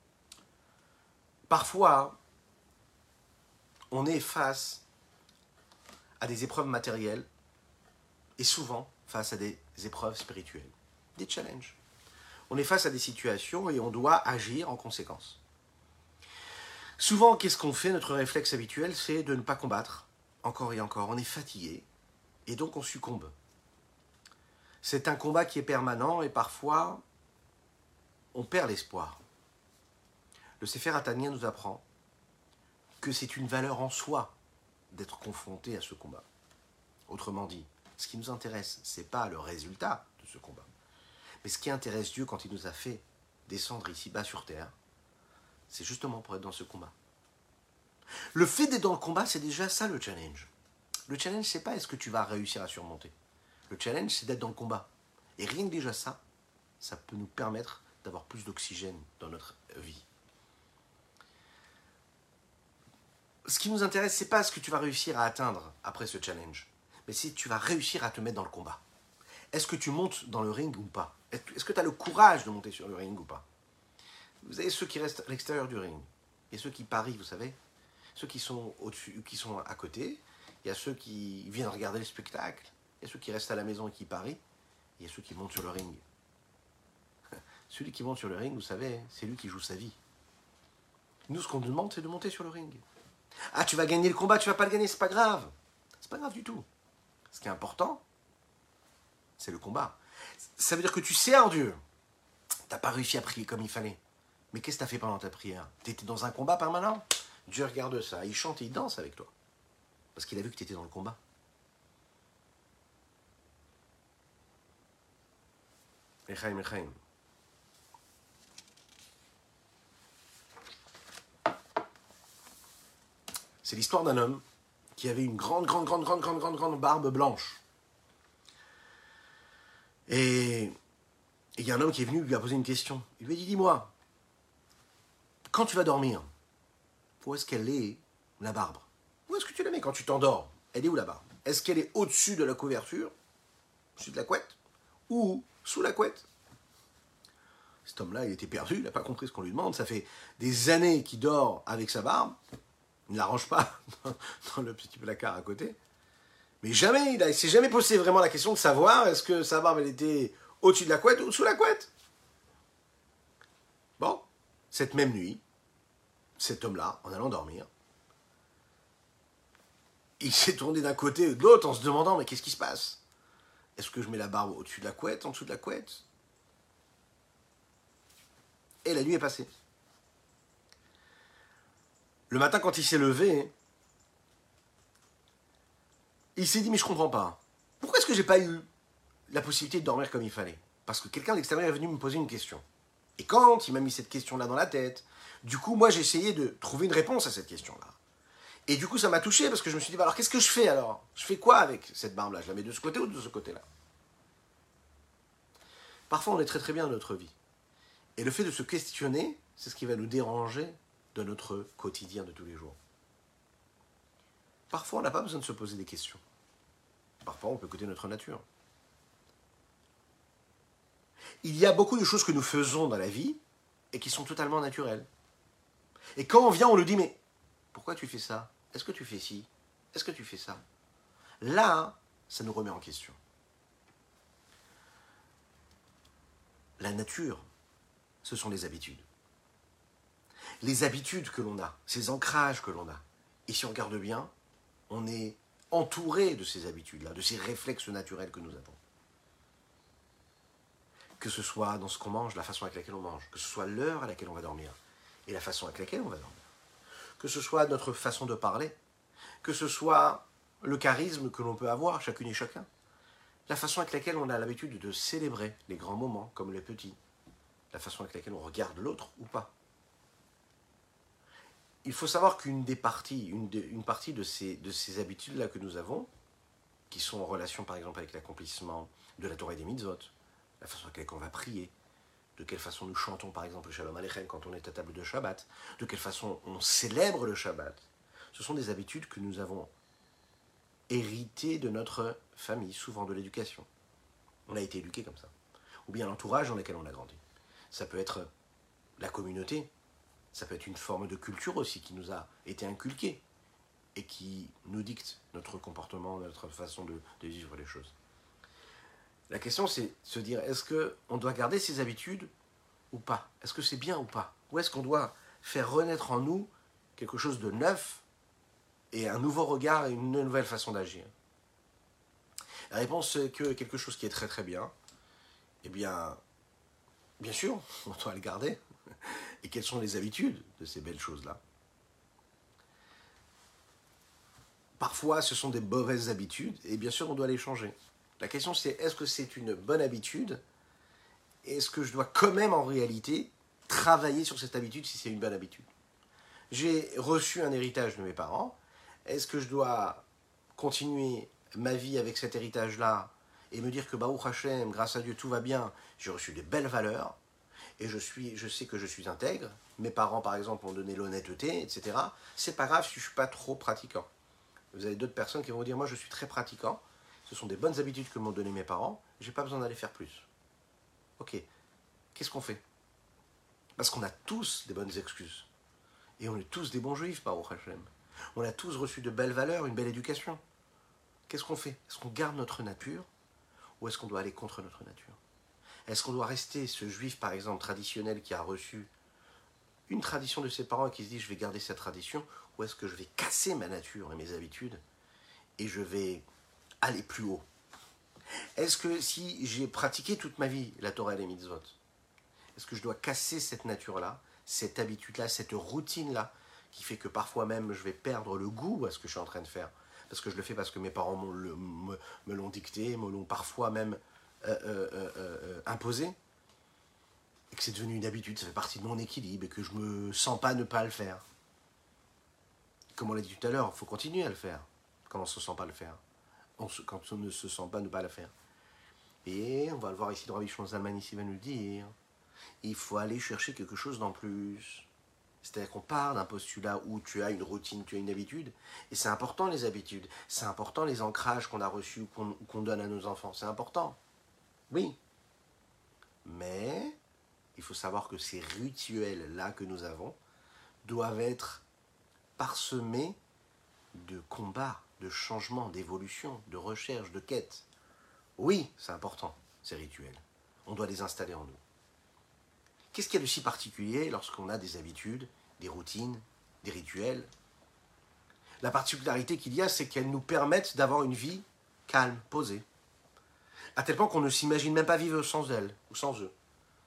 Parfois, on est face à des épreuves matérielles et souvent face à des épreuves spirituelles, des challenges. On est face à des situations et on doit agir en conséquence. Souvent, qu'est-ce qu'on fait? Notre réflexe habituel, c'est de ne pas combattre, encore et encore. On est fatigué et donc on succombe. C'est un combat qui est permanent et parfois, on perd l'espoir. Le Sefer HaTanya nous apprend que c'est une valeur en soi d'être confronté à ce combat. Autrement dit, ce qui nous intéresse, ce n'est pas le résultat de ce combat. Mais ce qui intéresse Dieu quand il nous a fait descendre ici-bas sur terre, c'est justement pour être dans ce combat. Le fait d'être dans le combat, c'est déjà ça le challenge. Le challenge, c'est pas est-ce que tu vas réussir à surmonter. Le challenge, c'est d'être dans le combat. Et rien que déjà ça, ça peut nous permettre d'avoir plus d'oxygène dans notre vie. Ce qui nous intéresse, c'est pas ce que tu vas réussir à atteindre après ce challenge, mais si tu vas réussir à te mettre dans le combat. Est-ce que tu montes dans le ring ou pas? Est-ce que tu as le courage de monter sur le ring ou pas? Vous avez ceux qui restent à l'extérieur du ring, et ceux qui parient, vous savez, ceux qui sont au-dessus, qui sont à côté, il y a ceux qui viennent regarder le spectacle, il y a ceux qui restent à la maison et qui parient, il y a ceux qui montent sur le ring. Celui qui monte sur le ring, vous savez, c'est lui qui joue sa vie. Nous, ce qu'on nous demande, c'est de monter sur le ring. Ah, tu vas gagner le combat, tu vas pas le gagner, c'est pas grave. C'est pas grave du tout. Ce qui est important, c'est le combat. Ça veut dire que tu sers Dieu. T'as pas réussi à prier comme il fallait. Mais qu'est-ce que t'as fait pendant ta prière? T'étais dans un combat permanent? Dieu regarde ça, il chante et il danse avec toi. Parce qu'il a vu que t'étais dans le combat. Echaim, Echaim. C'est l'histoire d'un homme qui avait une grande barbe blanche. Et il y a un homme qui est venu, lui a posé une question. Il lui a dit, dis-moi, quand tu vas dormir, où est-ce qu'elle est, la barbe? Où est-ce que tu la mets quand tu t'endors? Elle est où la barbe? Est-ce qu'elle est au-dessus de la couverture, au-dessus de la couette, ou sous la couette? Cet homme-là, il était perdu, il n'a pas compris ce qu'on lui demande. Ça fait des années qu'il dort avec sa barbe. Il ne la range pas dans le petit placard à côté. Mais jamais, il ne s'est jamais posé vraiment la question de savoir est-ce que sa barbe elle était au-dessus de la couette ou sous la couette. Bon, cette même nuit, cet homme-là, en allant dormir, il s'est tourné d'un côté ou de l'autre en se demandant mais qu'est-ce qui se passe? Est-ce que je mets la barbe au-dessus de la couette, en dessous de la couette? Et la nuit est passée. Le matin, quand il s'est levé, il s'est dit, mais je comprends pas. Pourquoi est-ce que j'ai pas eu la possibilité de dormir comme il fallait? Parce que quelqu'un de l'extérieur est venu me poser une question. Et quand il m'a mis cette question-là dans la tête, du coup, moi, j'ai essayé de trouver une réponse à cette question-là. Et du coup, ça m'a touché parce que je me suis dit, bah, alors qu'est-ce que je fais alors? Je fais quoi avec cette barbe-là? Je la mets de ce côté ou de ce côté-là? Parfois, on est très très bien dans notre vie. Et le fait de se questionner, c'est ce qui va nous déranger de notre quotidien de tous les jours. Parfois, on n'a pas besoin de se poser des questions. Parfois, on peut écouter notre nature. Il y a beaucoup de choses que nous faisons dans la vie et qui sont totalement naturelles. Et quand on vient, on nous dit, mais pourquoi tu fais ça? Est-ce que tu fais ci? Est-ce que tu fais ça? Là, ça nous remet en question. La nature, ce sont les habitudes. Les habitudes que l'on a, ces ancrages que l'on a. Et si on regarde bien, on est entouré de ces habitudes-là, de ces réflexes naturels que nous avons. Que ce soit dans ce qu'on mange, la façon avec laquelle on mange, que ce soit l'heure à laquelle on va dormir et la façon avec laquelle on va dormir. Que ce soit notre façon de parler, que ce soit le charisme que l'on peut avoir, chacune et chacun. La façon avec laquelle on a l'habitude de célébrer les grands moments comme les petits. La façon avec laquelle on regarde l'autre ou pas. Il faut savoir qu'une des parties, une partie de ces habitudes-là que nous avons, qui sont en relation par exemple avec l'accomplissement de la Torah et des mitzvot, la façon avec laquelle on va prier, de quelle façon nous chantons par exemple le Shalom Aleichem quand on est à table de Shabbat, de quelle façon on célèbre le Shabbat, ce sont des habitudes que nous avons héritées de notre famille, souvent de l'éducation. On a été éduqué comme ça. Ou bien l'entourage dans lequel on a grandi. Ça peut être la communauté, ça peut être une forme de culture aussi qui nous a été inculquée et qui nous dicte notre comportement, notre façon de vivre les choses. La question, c'est de se dire, est-ce qu'on doit garder ces habitudes ou pas? Est-ce que c'est bien ou pas? Ou est-ce qu'on doit faire renaître en nous quelque chose de neuf et un nouveau regard et une nouvelle façon d'agir? La réponse, c'est que quelque chose qui est très très bien, eh bien sûr, on doit le garder. Et quelles sont les habitudes de ces belles choses-là? Parfois, ce sont des mauvaises habitudes, et bien sûr, on doit les changer. La question, c'est est-ce que c'est une bonne habitude? Et est-ce que je dois quand même, en réalité, travailler sur cette habitude si c'est une bonne habitude? J'ai reçu un héritage de mes parents. Est-ce que je dois continuer ma vie avec cet héritage-là et me dire que, Baruch Hashem, grâce à Dieu, tout va bien, j'ai reçu des belles valeurs, et je sais que je suis intègre, mes parents par exemple m'ont donné l'honnêteté, etc. C'est pas grave si je ne suis pas trop pratiquant. Vous avez d'autres personnes qui vont vous dire, moi je suis très pratiquant, ce sont des bonnes habitudes que m'ont donné mes parents, j'ai pas besoin d'aller faire plus. Ok, qu'est-ce qu'on fait? Parce qu'on a tous des bonnes excuses. Et on est tous des bons juifs, Baruch Hashem. On a tous reçu de belles valeurs, une belle éducation. Qu'est-ce qu'on fait? Est-ce qu'on garde notre nature ou est-ce qu'on doit aller contre notre nature? Est-ce qu'on doit rester ce juif, par exemple, traditionnel qui a reçu une tradition de ses parents et qui se dit je vais garder cette tradition, ou est-ce que je vais casser ma nature et mes habitudes et je vais aller plus haut? Est-ce que si j'ai pratiqué toute ma vie la Torah et les mitzvot, est-ce que je dois casser cette nature-là, cette habitude-là, cette routine-là, qui fait que parfois même je vais perdre le goût à ce que je suis en train de faire, parce que je le fais parce que mes parents me l'ont dicté, me l'ont parfois même imposé, et que c'est devenu une habitude, ça fait partie de mon équilibre, et que je ne me sens pas ne pas le faire. Comme on l'a dit tout à l'heure, il faut continuer à le faire, quand on ne se sent pas le faire. Quand on ne se sent pas ne pas le faire. Et on va le voir ici, Rabbi Shimon Zalman ici va nous le dire, il faut aller chercher quelque chose d'en plus. C'est-à-dire qu'on part d'un postulat où tu as une routine, tu as une habitude, et c'est important les habitudes, c'est important les ancrages qu'on a reçus, qu'on donne à nos enfants, c'est important. Oui. Mais il faut savoir que ces rituels-là que nous avons doivent être parsemés de combats, de changements, d'évolution, de recherche, de quête. Oui, c'est important, ces rituels. On doit les installer en nous. Qu'est-ce qu'il y a de si particulier lorsqu'on a des habitudes, des routines, des rituels? La particularité qu'il y a, c'est qu'elles nous permettent d'avoir une vie calme, posée. À tel point qu'on ne s'imagine même pas vivre sans elles ou sans eux.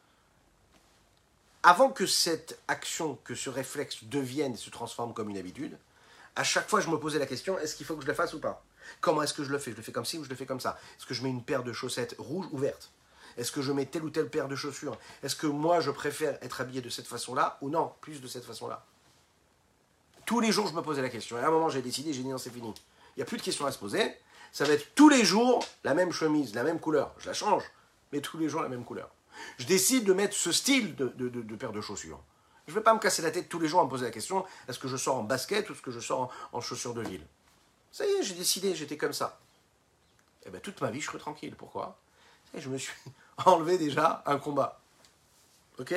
Avant que cette action, que ce réflexe devienne et se transforme comme une habitude, à chaque fois je me posais la question, est-ce qu'il faut que je le fasse ou pas? Comment est-ce que je le fais? Je le fais comme ci ou je le fais comme ça? Est-ce que je mets une paire de chaussettes rouges ou vertes? Est-ce que je mets telle ou telle paire de chaussures? Est-ce que moi je préfère être habillé de cette façon-là ou non, plus de cette façon-là? Tous les jours je me posais la question. Et à un moment j'ai décidé, j'ai dit non, c'est fini. Il n'y a plus de questions à se poser. Ça va être tous les jours la même chemise, la même couleur. Je la change, mais tous les jours la même couleur. Je décide de mettre ce style de paire de chaussures. Je ne vais pas me casser la tête tous les jours à me poser la question, est-ce que je sors en basket ou est-ce que je sors en chaussures de ville? Ça y est, j'ai décidé, j'étais comme ça. Et bien toute ma vie je serai tranquille. Pourquoi? Et je me suis enlevé déjà un combat. Ok?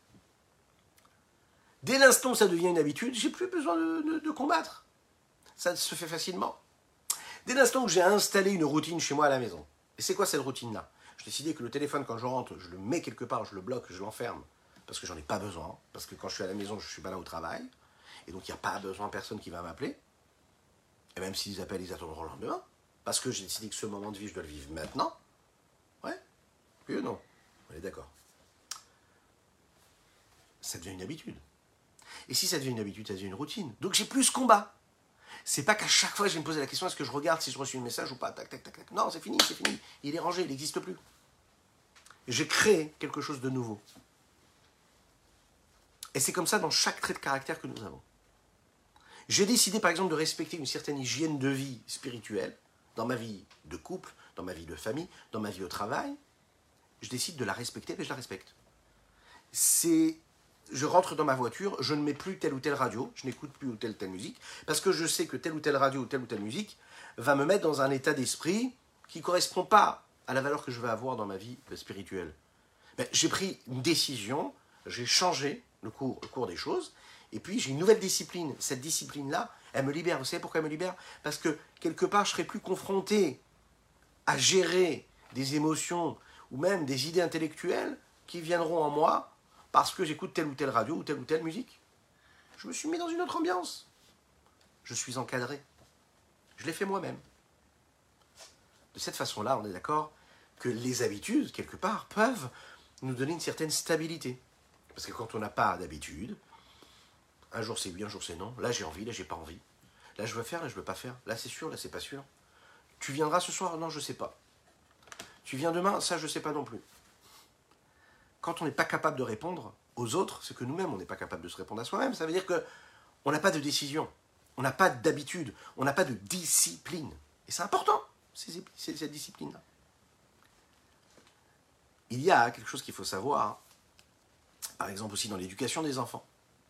Dès l'instant où ça devient une habitude, j'ai plus besoin de combattre. Ça se fait facilement. Dès l'instant où j'ai installé une routine chez moi à la maison, et c'est quoi cette routine-là? J'ai décidé que le téléphone, quand je rentre, je le mets quelque part, je le bloque, je l'enferme, parce que j'en ai pas besoin, parce que quand je suis à la maison, je suis pas là au travail, et donc il n'y a pas besoin de personne qui va m'appeler, et même s'ils appellent, ils attendront le lendemain, parce que j'ai décidé que ce moment de vie, je dois le vivre maintenant. Ouais? Oui ou non? On est d'accord. Ça devient une habitude. Et si ça devient une habitude, ça devient une routine. Donc j'ai plus ce combat. C'est pas qu'à chaque fois je vais me poser la question, est-ce que je regarde si je reçois un message ou pas, tac, tac, tac, tac. Non, c'est fini, il est rangé, il n'existe plus. J'ai créé quelque chose de nouveau. Et c'est comme ça dans chaque trait de caractère que nous avons. J'ai décidé par exemple de respecter une certaine hygiène de vie spirituelle, dans ma vie de couple, dans ma vie de famille, dans ma vie au travail. Je décide de la respecter, mais je la respecte. Je rentre dans ma voiture, je ne mets plus telle ou telle radio, je n'écoute plus telle ou telle musique, parce que je sais que telle ou telle radio ou telle musique va me mettre dans un état d'esprit qui ne correspond pas à la valeur que je vais avoir dans ma vie spirituelle. Ben, j'ai pris une décision, j'ai changé le cours des choses, et puis j'ai une nouvelle discipline. Cette discipline-là, elle me libère. Vous savez pourquoi elle me libère? Parce que quelque part, je ne serai plus confronté à gérer des émotions ou même des idées intellectuelles qui viendront en moi parce que j'écoute telle ou telle radio ou telle musique. Je me suis mis dans une autre ambiance. Je suis encadré. Je l'ai fait moi-même. De cette façon-là, on est d'accord que les habitudes, quelque part, peuvent nous donner une certaine stabilité. Parce que quand on n'a pas d'habitude, un jour c'est oui, un jour c'est non. Là j'ai envie, là j'ai pas envie. Là je veux faire, là je veux pas faire. Là c'est sûr, là c'est pas sûr. Tu viendras ce soir? Non, je sais pas. Tu viens demain? Ça je sais pas non plus. Quand on n'est pas capable de répondre aux autres, c'est que nous-mêmes, on n'est pas capable de se répondre à soi-même. Ça veut dire qu'on n'a pas de décision, on n'a pas d'habitude, on n'a pas de discipline. Et c'est important, cette discipline-là. Il y a quelque chose qu'il faut savoir, par exemple aussi dans l'éducation des enfants.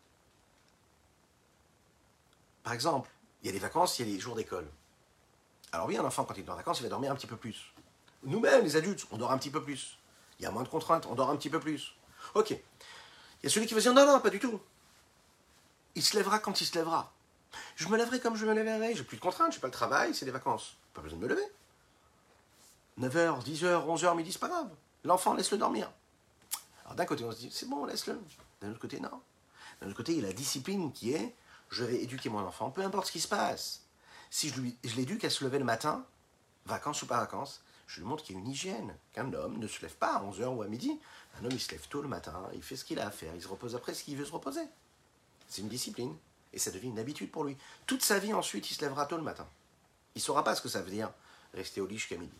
Par exemple, il y a les vacances, il y a les jours d'école. Alors oui, un enfant, quand il est en vacances, il va dormir un petit peu plus. Nous-mêmes, les adultes, on dort un petit peu plus. Il y a moins de contraintes, on dort un petit peu plus. Ok. Il y a celui qui va dire non, pas du tout. Il se lèvera quand il se lèvera. Je me lèverai comme je me lèverai. J'ai plus de contraintes, je n'ai pas le travail, c'est des vacances. Pas besoin de me lever. 9h, 10h, 11h, midi, c'est pas grave. L'enfant, laisse-le dormir. Alors d'un côté, on se dit, c'est bon, laisse-le. D'un autre côté, non. D'un autre côté, il y a la discipline qui est, je vais éduquer mon enfant, peu importe ce qui se passe. Si je l'éduque à se lever le matin, vacances ou pas vacances, je lui montre qu'il y a une hygiène, qu'un homme ne se lève pas à 11 heures ou à midi. Un homme, il se lève tôt le matin, il fait ce qu'il a à faire, il se repose après ce qu'il veut se reposer. C'est une discipline. Et ça devient une habitude pour lui. Toute sa vie ensuite, il se lèvera tôt le matin. Il ne saura pas ce que ça veut dire rester au lit jusqu'à midi.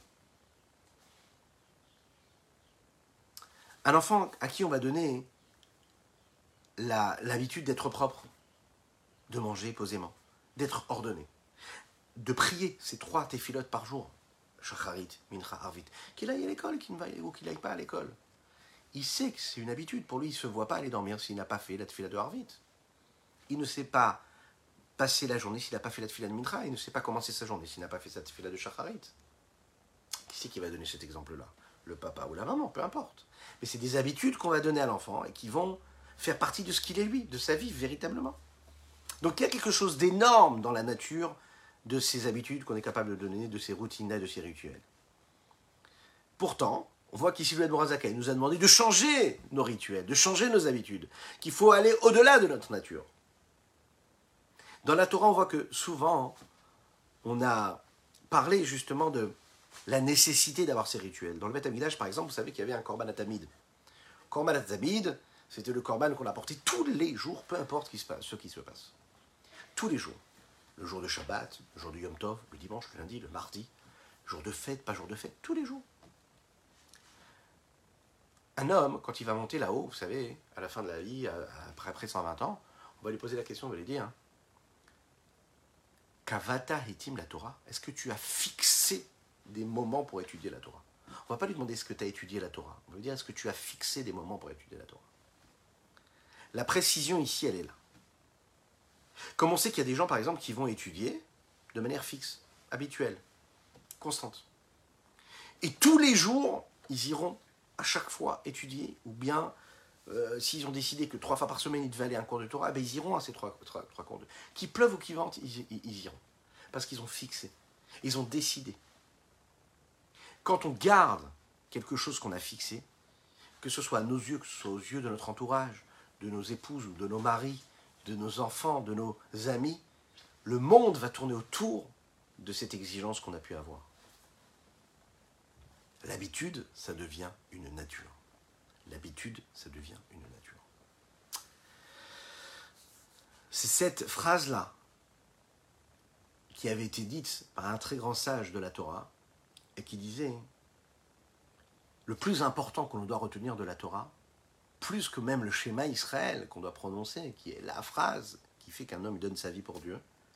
Un enfant à qui on va donner l'habitude d'être propre, de manger posément, d'être ordonné, de prier ces 3 téphilotes par jour, shacharit, mincha, arvit, qu'il aille à l'école ou qu'il n'aille pas à l'école. Il sait que c'est une habitude. Pour lui, il ne se voit pas aller dormir s'il n'a pas fait la tefila de arvit. Il ne sait pas passer la journée s'il n'a pas fait la tefila de mincha. Il ne sait pas commencer sa journée s'il n'a pas fait sa tefila de shacharit. Qui c'est qui va donner cet exemple-là? Le papa ou la maman, peu importe. Mais c'est des habitudes qu'on va donner à l'enfant et qui vont faire partie de ce qu'il est lui, de sa vie, véritablement. Donc il y a quelque chose d'énorme dans la nature de ces habitudes qu'on est capable de donner, de ces routines-là, de ces rituels. Pourtant, on voit qu'ici le Mourazakai nous a demandé de changer nos rituels, de changer nos habitudes, qu'il faut aller au-delà de notre nature. Dans la Torah, on voit que souvent, on a parlé justement de la nécessité d'avoir ces rituels. Dans le Beth Amikdash, par exemple, vous savez qu'il y avait un Korban Atamid. Korban Atamid, c'était le Korban qu'on apportait tous les jours, peu importe ce qui se passe. Tous les jours. Le jour de Shabbat, le jour du Yom Tov, le dimanche, le lundi, le mardi, jour de fête, pas jour de fête, tous les jours. Un homme, quand il va monter là-haut, vous savez, à la fin de la vie, après 120 ans, on va lui poser la question, on va lui dire Kavata hitim la Torah, est-ce que tu as fixé des moments pour étudier la Torah? On ne va pas lui demander est-ce que tu as étudié la Torah, on va lui dire est-ce que tu as fixé des moments pour étudier la Torah? La précision ici, elle est là. Comme on sait qu'il y a des gens, par exemple, qui vont étudier de manière fixe, habituelle, constante. Et tous les jours, ils iront à chaque fois étudier, ou bien s'ils ont décidé que 3 fois par semaine ils devaient aller à un cours de Torah, ben ils iront à ces 3 cours de Torah. Qu'il pleuve ou qu'il vente, ils iront. Parce qu'ils ont fixé, ils ont décidé. Quand on garde quelque chose qu'on a fixé, que ce soit à nos yeux, que ce soit aux yeux de notre entourage, de nos épouses ou de nos maris, de nos enfants, de nos amis, le monde va tourner autour de cette exigence qu'on a pu avoir. L'habitude, ça devient une nature. L'habitude, ça devient une nature. C'est cette phrase-là qui avait été dite par un très grand sage de la Torah et qui disait le plus important qu'on doit retenir de la Torah, plus que même le schéma Israël qu'on doit prononcer, qui est la phrase qui fait qu'un homme donne sa vie pour Dieu,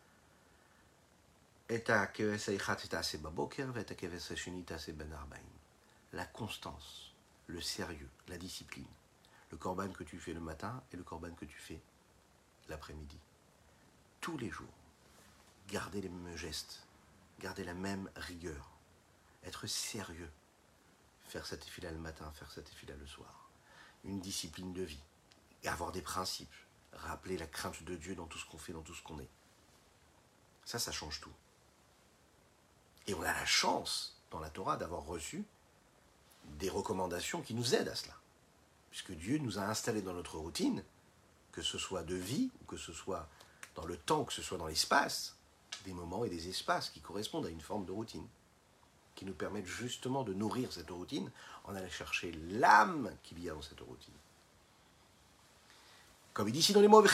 la constance, le sérieux, la discipline, le korban que tu fais le matin et le korban que tu fais l'après-midi. Tous les jours, garder les mêmes gestes, garder la même rigueur, être sérieux, faire sa tefila le matin, faire sa tefila le soir, une discipline de vie, et avoir des principes, rappeler la crainte de Dieu dans tout ce qu'on fait, dans tout ce qu'on est. Ça change tout. Et on a la chance, dans la Torah, d'avoir reçu des recommandations qui nous aident à cela. Puisque Dieu nous a installés dans notre routine, que ce soit de vie, ou que ce soit dans le temps, ou que ce soit dans l'espace, des moments et des espaces qui correspondent à une forme de routine, qui nous permettent justement de nourrir cette routine en allant chercher l'âme qu'il y a dans cette routine. Comme il dit ici dans les mots,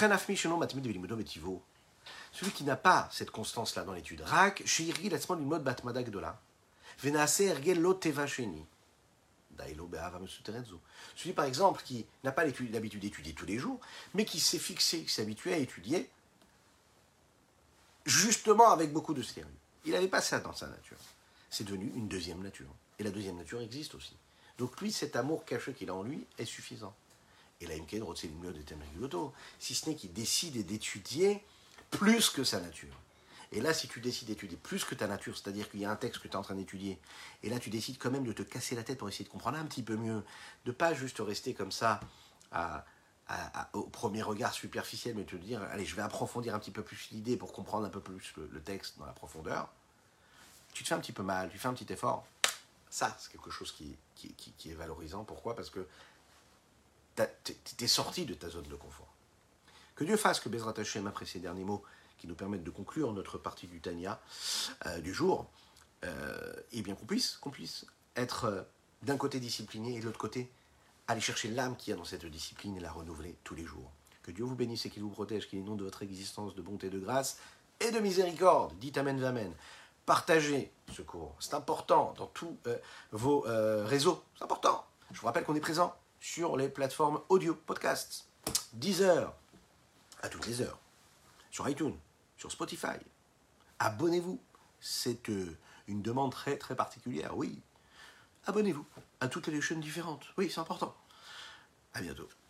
celui qui n'a pas cette constance-là dans l'étude, Rak, Sheiri, Latzman, Limod, Batmada, Gdola, Venase, Ergel, Loteva, Sheni, Dailo, Be'ava, Mesuterenzo. Celui, par exemple, qui n'a pas l'habitude d'étudier tous les jours, mais qui s'est fixé, qui s'est habitué à étudier, justement avec beaucoup de sérieux. Il n'avait pas ça dans sa nature. C'est devenu une deuxième nature. Et la deuxième nature existe aussi. Donc lui, cet amour caché qu'il a en lui est suffisant. Et là, si ce n'est qu'il décide d'étudier plus que sa nature. Et là, si tu décides d'étudier plus que ta nature, c'est-à-dire qu'il y a un texte que tu es en train d'étudier, et là tu décides quand même de te casser la tête pour essayer de comprendre un petit peu mieux, de ne pas juste rester comme ça au premier regard superficiel, mais de te dire, allez, je vais approfondir un petit peu plus l'idée pour comprendre un peu plus le texte dans la profondeur, tu te fais un petit peu mal, tu fais un petit effort. Ça, c'est quelque chose qui est valorisant. Pourquoi? Parce que tu es sorti de ta zone de confort. Que Dieu fasse que Bezrat Hashem, après ces derniers mots qui nous permettent de conclure notre partie du Tanya du jour, et bien qu'on puisse être d'un côté discipliné et de l'autre côté aller chercher l'âme qu'il y a dans cette discipline et la renouveler tous les jours. Que Dieu vous bénisse et qu'il vous protège, qu'il inonde de votre existence de bonté, de grâce et de miséricorde. Dites Amen Vamen. Partagez ce cours. C'est important dans tous vos réseaux. C'est important. Je vous rappelle qu'on est présent sur les plateformes audio, podcasts, Deezer, à toutes les heures, sur iTunes, sur Spotify. Abonnez-vous. C'est une demande très très particulière, oui. Abonnez-vous à toutes les chaînes différentes. Oui, c'est important. À bientôt.